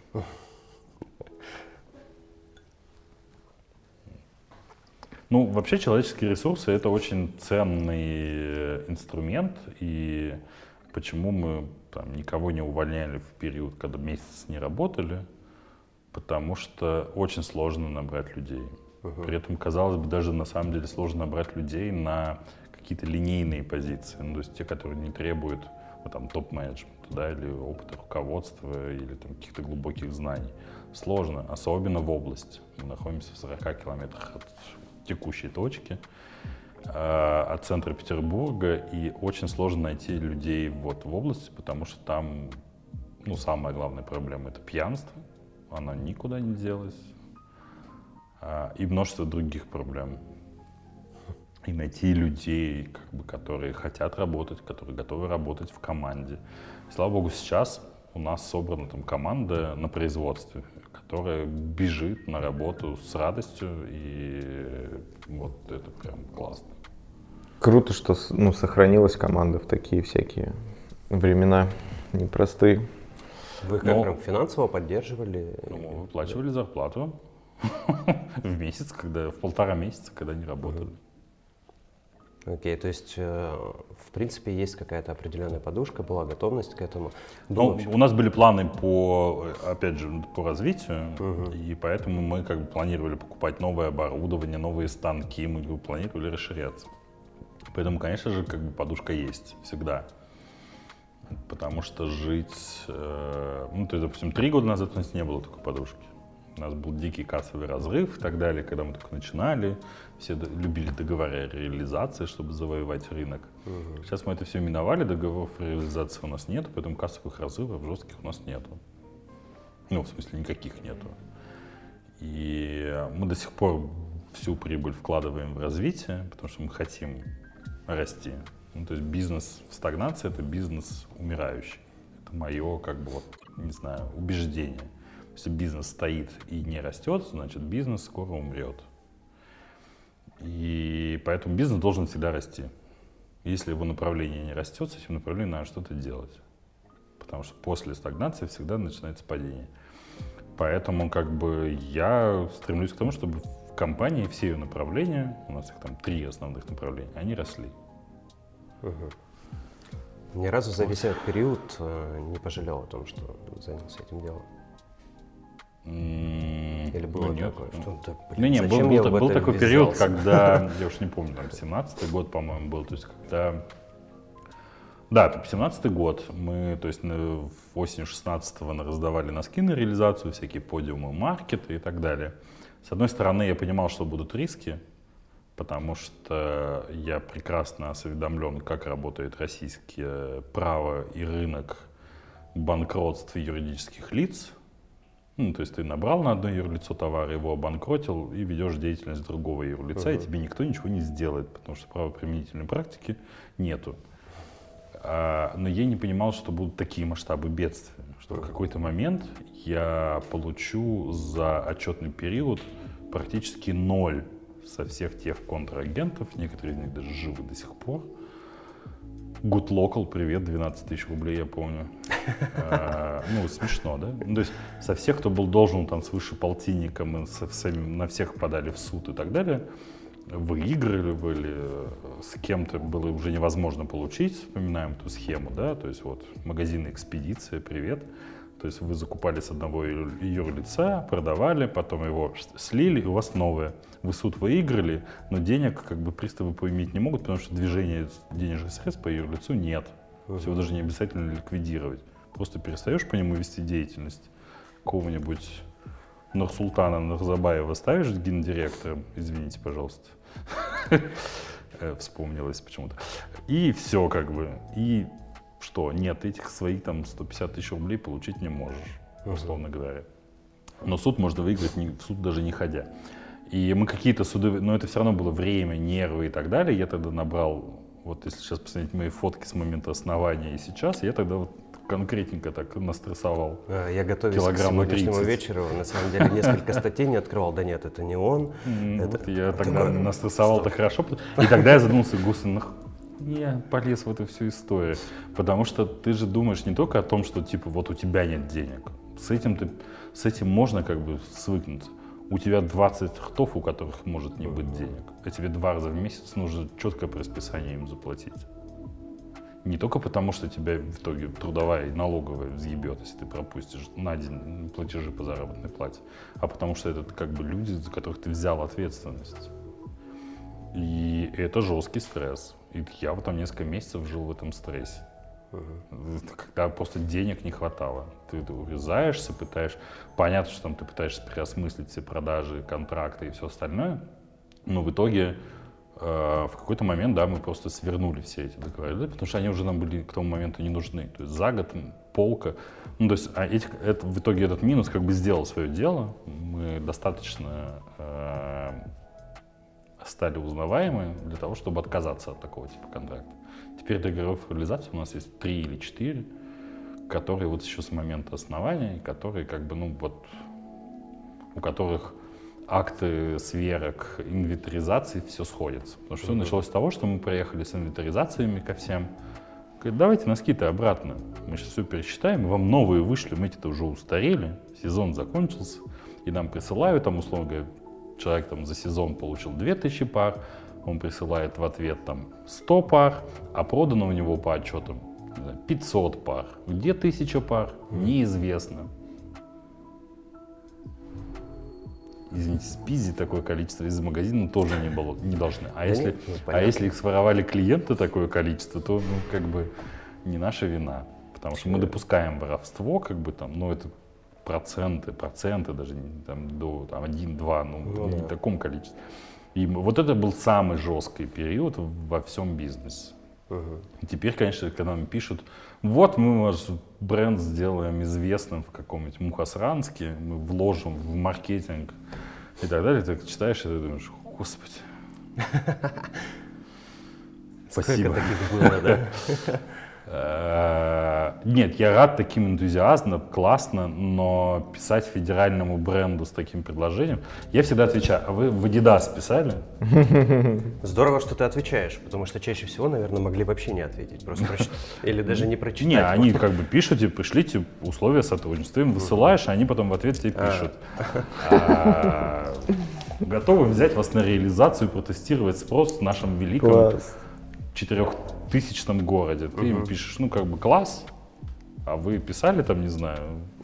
S2: Ну, вообще человеческие ресурсы — это очень ценный инструмент, и почему мы там никого не увольняли в период, когда месяц не работали, потому что очень сложно набрать людей. При этом, казалось бы, даже на самом деле сложно набрать людей на какие-то линейные позиции, ну, то есть те, которые не требуют ну, там, топ-менеджмента, да, или опыта руководства, или там, каких-то глубоких знаний. Сложно, особенно в области. Мы находимся в сорока километрах от текущей точки, э, от центра Петербурга, и очень сложно найти людей вот в области, потому что там, ну, самая главная проблема — это пьянство, она никуда не делась. И множество других проблем. И найти людей, как бы, которые хотят работать, которые готовы работать в команде. Слава богу, сейчас у нас собрана там команда на производстве, которая бежит на работу с радостью, и вот это прям классно.
S1: Круто, что ну, сохранилась команда в такие всякие времена непростые.
S3: Вы как прям финансово поддерживали?
S2: Ну, выплачивали зарплату. В месяц, когда, в полтора месяца, когда не работали.
S3: Окей, okay, то есть, в принципе, есть какая-то определенная подушка, была готовность к этому.
S2: Ну, у нас были планы по, опять же, по развитию, uh-huh. и поэтому мы как бы планировали покупать новое оборудование, новые станки, мы планировали расширяться. Поэтому, конечно же, как бы подушка есть всегда. Потому что жить, ну, то есть, допустим, три года назад у нас не было такой подушки. У нас был дикий кассовый разрыв и так далее, когда мы только начинали. Все любили договоры о реализации, чтобы завоевать рынок. Uh-huh. Сейчас мы это все миновали, договоров о реализации у нас нет, поэтому кассовых разрывов жестких у нас нету. Ну, в смысле, никаких нету. И мы до сих пор всю прибыль вкладываем в развитие, потому что мы хотим расти. Ну, то есть бизнес в стагнации — это бизнес умирающий. Это мое, как бы, вот, не знаю, убеждение. Если бизнес стоит и не растет, значит бизнес скоро умрет. И поэтому бизнес должен всегда расти. Если его направление не растет, с этим направлением надо что-то делать. Потому что после стагнации всегда начинается падение. Поэтому как бы я стремлюсь к тому, чтобы в компании все ее направления, у нас их там три основных направления, они росли.
S3: Угу. Ни разу за весь этот период не пожалел о том, что занялся этим делом? Или было
S2: ну,
S3: такое, что да, блин,
S2: ну, нет, был, был, был такой ввязался? Период, когда, я уж не помню, там семнадцатый год, по-моему, был, то есть когда Да, это семнадцатый год. Мы, то есть, в осенью шестнадцатого раздавали носки на реализацию, всякие подиумы, маркеты и так далее. С одной стороны, я понимал, что будут риски, потому что я прекрасно осведомлен, как работает российское право и рынок банкротства юридических лиц. Ну, то есть ты набрал на одно юрлицо товар, его обанкротил и ведешь деятельность другого юрлица, uh-huh. и тебе никто ничего не сделает, потому что правоприменительной практики нету. А, но я не понимал, что будут такие масштабы бедствия, что uh-huh. в какой-то момент я получу за отчетный период практически ноль со всех тех контрагентов, некоторые из них даже живы до сих пор. Good Local, привет, двенадцать тысяч рублей, я помню. А, ну, смешно, да? Ну, то есть со всех, кто был должен там свыше полтинника, мы со всеми, на всех подали в суд и так далее, выигрывали, с кем-то было уже невозможно получить, вспоминаем эту схему, да, то есть вот магазин «Экспедиция», привет. То есть вы закупали с одного юрлица, продавали, потом его слили, и у вас новое. Вы суд выиграли, но денег как бы приставы поиметь не могут, потому что движения денежных средств по юрлицу нет. Uh-huh. Всего даже не обязательно ликвидировать. Просто перестаешь по нему вести деятельность. Какого-нибудь Нурсултана Нурзабаева ставишь гендиректором, извините, пожалуйста. Вспомнилось почему-то. И все как бы. И что? Нет, этих своих там сто пятьдесят тысяч рублей получить не можешь, условно говоря. Но суд можно выиграть не, в суд даже не ходя. И мы какие-то суды, но это все равно было время, нервы и так далее. Я тогда набрал, вот если сейчас посмотреть мои фотки с момента основания и сейчас, я тогда вот конкретненько так настрессовал.
S3: Я готовюсь к сегодняшнему вечеру, на самом деле несколько статей не открывал, да нет, это не он.
S2: Mm,
S3: это...
S2: Вот я тогда настрессовал-то хорошо, и тогда я задумался, господи, я полез в эту всю историю, потому что ты же думаешь не только о том, что типа вот у тебя нет денег, с этим, ты, с этим можно как бы свыкнуться. У тебя двадцать ртов, у которых может не быть денег, а тебе два раза в месяц нужно четкое по расписанию им заплатить. Не только потому, что тебя в итоге трудовая и налоговая взъебет, если ты пропустишь на день платежи по заработной плате, а потому что это как бы люди, за которых ты взял ответственность. И это жесткий стресс. И я вот там несколько месяцев жил в этом стрессе. Uh-huh. Когда просто денег не хватало. Ты, ты урезаешься, пытаешься... Понятно, что там ты пытаешься переосмыслить все продажи, контракты и все остальное. Но в итоге э, в какой-то момент, да, мы просто свернули все эти договоренности, потому что они уже нам были к тому моменту не нужны. То есть за год полка... Ну, то есть а этих, это, в итоге этот минус как бы сделал свое дело. Мы достаточно... Э, стали узнаваемы для того, чтобы отказаться от такого типа контракта. Теперь договоров реализации у нас есть три или четыре, которые вот еще с момента основания, которые как бы, ну вот, у которых акты сверок, инвентаризации, все сходится. Потому что mm-hmm. все началось с того, что мы приехали с инвентаризациями ко всем. Говорит, давайте носки-то обратно. Мы сейчас все пересчитаем, вам новые вышли, мы эти-то уже устарели, сезон закончился, и нам присылают, там, условно говоря, человек там за сезон получил две тысячи пар, он присылает в ответ там сто пар, а продано у него по отчетам пятьсот пар. Где тысяча пар? Неизвестно. Извините, спиздить такое количество из магазина тоже не, было, не должны. А если, а если их своровали клиенты такое количество, то ну, как бы не наша вина. Потому что мы допускаем воровство, как бы там, ну это проценты, проценты даже там, до там, один-два, ну, ну не да. в таком количестве. И вот это был самый жесткий период во всем бизнесе. Uh-huh. И теперь, конечно, когда нам пишут, вот мы ваш бренд сделаем известным в каком-нибудь Мухосранске, мы вложим в маркетинг и так далее, ты читаешь это и думаешь, господи. Спасибо.
S3: Сколько таких было, да?
S2: Нет, я рад таким энтузиазмом, классно, но писать федеральному бренду с таким предложением, я всегда отвечаю, а вы в Adidas писали?
S3: Здорово, что ты отвечаешь, потому что чаще всего, наверное, могли вообще не ответить, просто прочитать, или даже не прочитать.
S2: Не, они как бы пишут, и пришлите условия сотрудничества, им высылаешь, а они потом в ответ тебе пишут. Готовы взять вас на реализацию, протестировать спрос в нашем великом четырехтысячном городе. Ты uh-huh. им пишешь, ну как бы класс, а вы писали там, не знаю,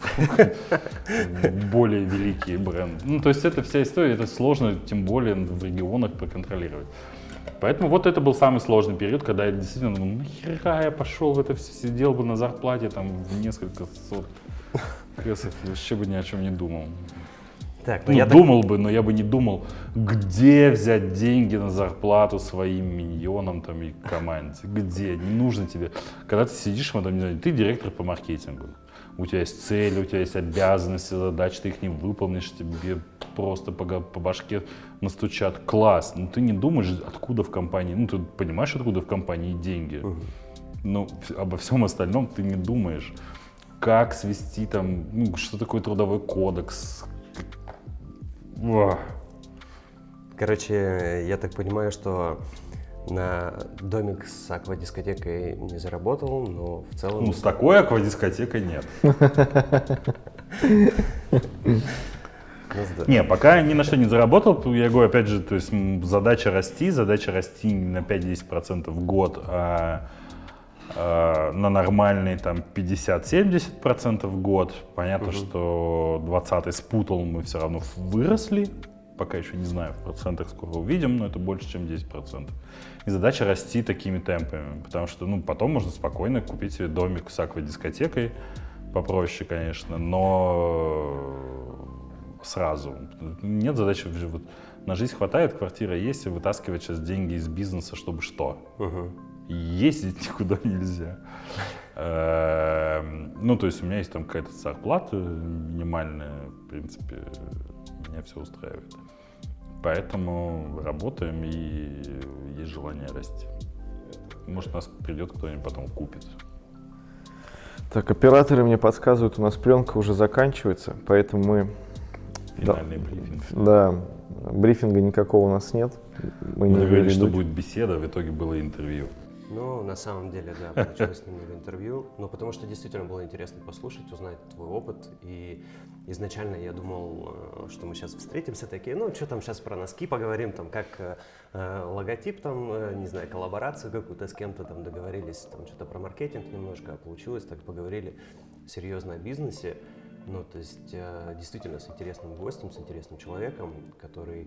S2: более великие бренды. Ну то есть это вся история, это сложно, тем более в регионах проконтролировать. Поэтому вот это был самый сложный период, когда я действительно думал, нахера я пошел в это все, сидел бы на зарплате там в несколько сот кресов, вообще бы ни о чем не думал.
S3: Так, ну
S2: ну,
S3: я
S2: думал
S3: так...
S2: бы, но я бы не думал, где взять деньги на зарплату своим миньонам там, и команде. Где? Не нужно тебе. Когда ты сидишь в этом, не знаю, ты директор по маркетингу. У тебя есть цели, у тебя есть обязанности, задачи, ты их не выполнишь, тебе просто по, по башке настучат. Класс. Но ты не думаешь, откуда в компании, ну ты понимаешь, откуда в компании деньги. Uh-huh. Но обо всем остальном ты не думаешь. Как свести там, ну, что такое трудовой кодекс.
S3: Короче, я так понимаю, что на домик с аквадискотекой не заработал, но в целом...
S2: Ну, с такой аквадискотекой нет. Не, пока ни на что не заработал, я говорю, опять же, то есть задача расти, задача расти не на пять-десять процентов в год, а на нормальные там пятьдесят-семьдесят процентов в год. Понятно, угу. что двадцатый спутал, мы все равно выросли. Пока еще не знаю, в процентах скоро увидим, но это больше, чем десять процентов. И задача расти такими темпами, потому что ну, потом можно спокойно купить себе домик с аквадискотекой, попроще, конечно, но сразу. Нет задачи, вот, на жизнь хватает, квартира есть, и вытаскивать сейчас деньги из бизнеса, чтобы что? Угу. Ездить никуда нельзя. Ну, то есть у меня есть там какая-то зарплата минимальная, в принципе, меня все устраивает. Поэтому работаем и есть желание расти. Может, нас придет кто-нибудь потом купит.
S1: Так, операторы мне подсказывают, у нас пленка уже заканчивается, поэтому мы...
S2: Финальный
S1: да,
S2: брифинг.
S1: Да, брифинга никакого у нас нет.
S2: Мы, мы говорили, что будет беседа, в итоге было интервью.
S3: Ну, на самом деле, да, получилось немного интервью, но потому что действительно было интересно послушать, узнать твой опыт. И изначально я думал, что мы сейчас встретимся такие, ну, что там сейчас про носки поговорим, там, как э, логотип, там, э, не знаю, коллаборацию какую-то с кем-то там договорились, там, что-то про маркетинг немножко, а получилось, так поговорили серьезно о бизнесе. Ну, то есть, э, действительно, с интересным гостем, с интересным человеком, который...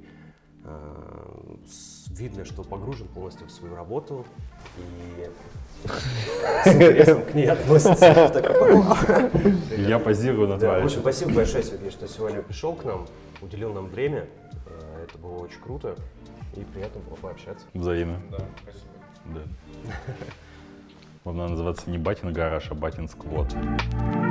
S3: Видно, что погружен полностью в свою работу и с интересом к ней относится.
S2: Я позирую на твоей.
S3: В общем, спасибо большое, Сергей, что сегодня пришел к нам, уделил нам время. Это было очень круто и приятно было пообщаться.
S2: Взаимно.
S1: Да, спасибо.
S2: Да. Вам надо называться не Батин гараж, а Батин сквот.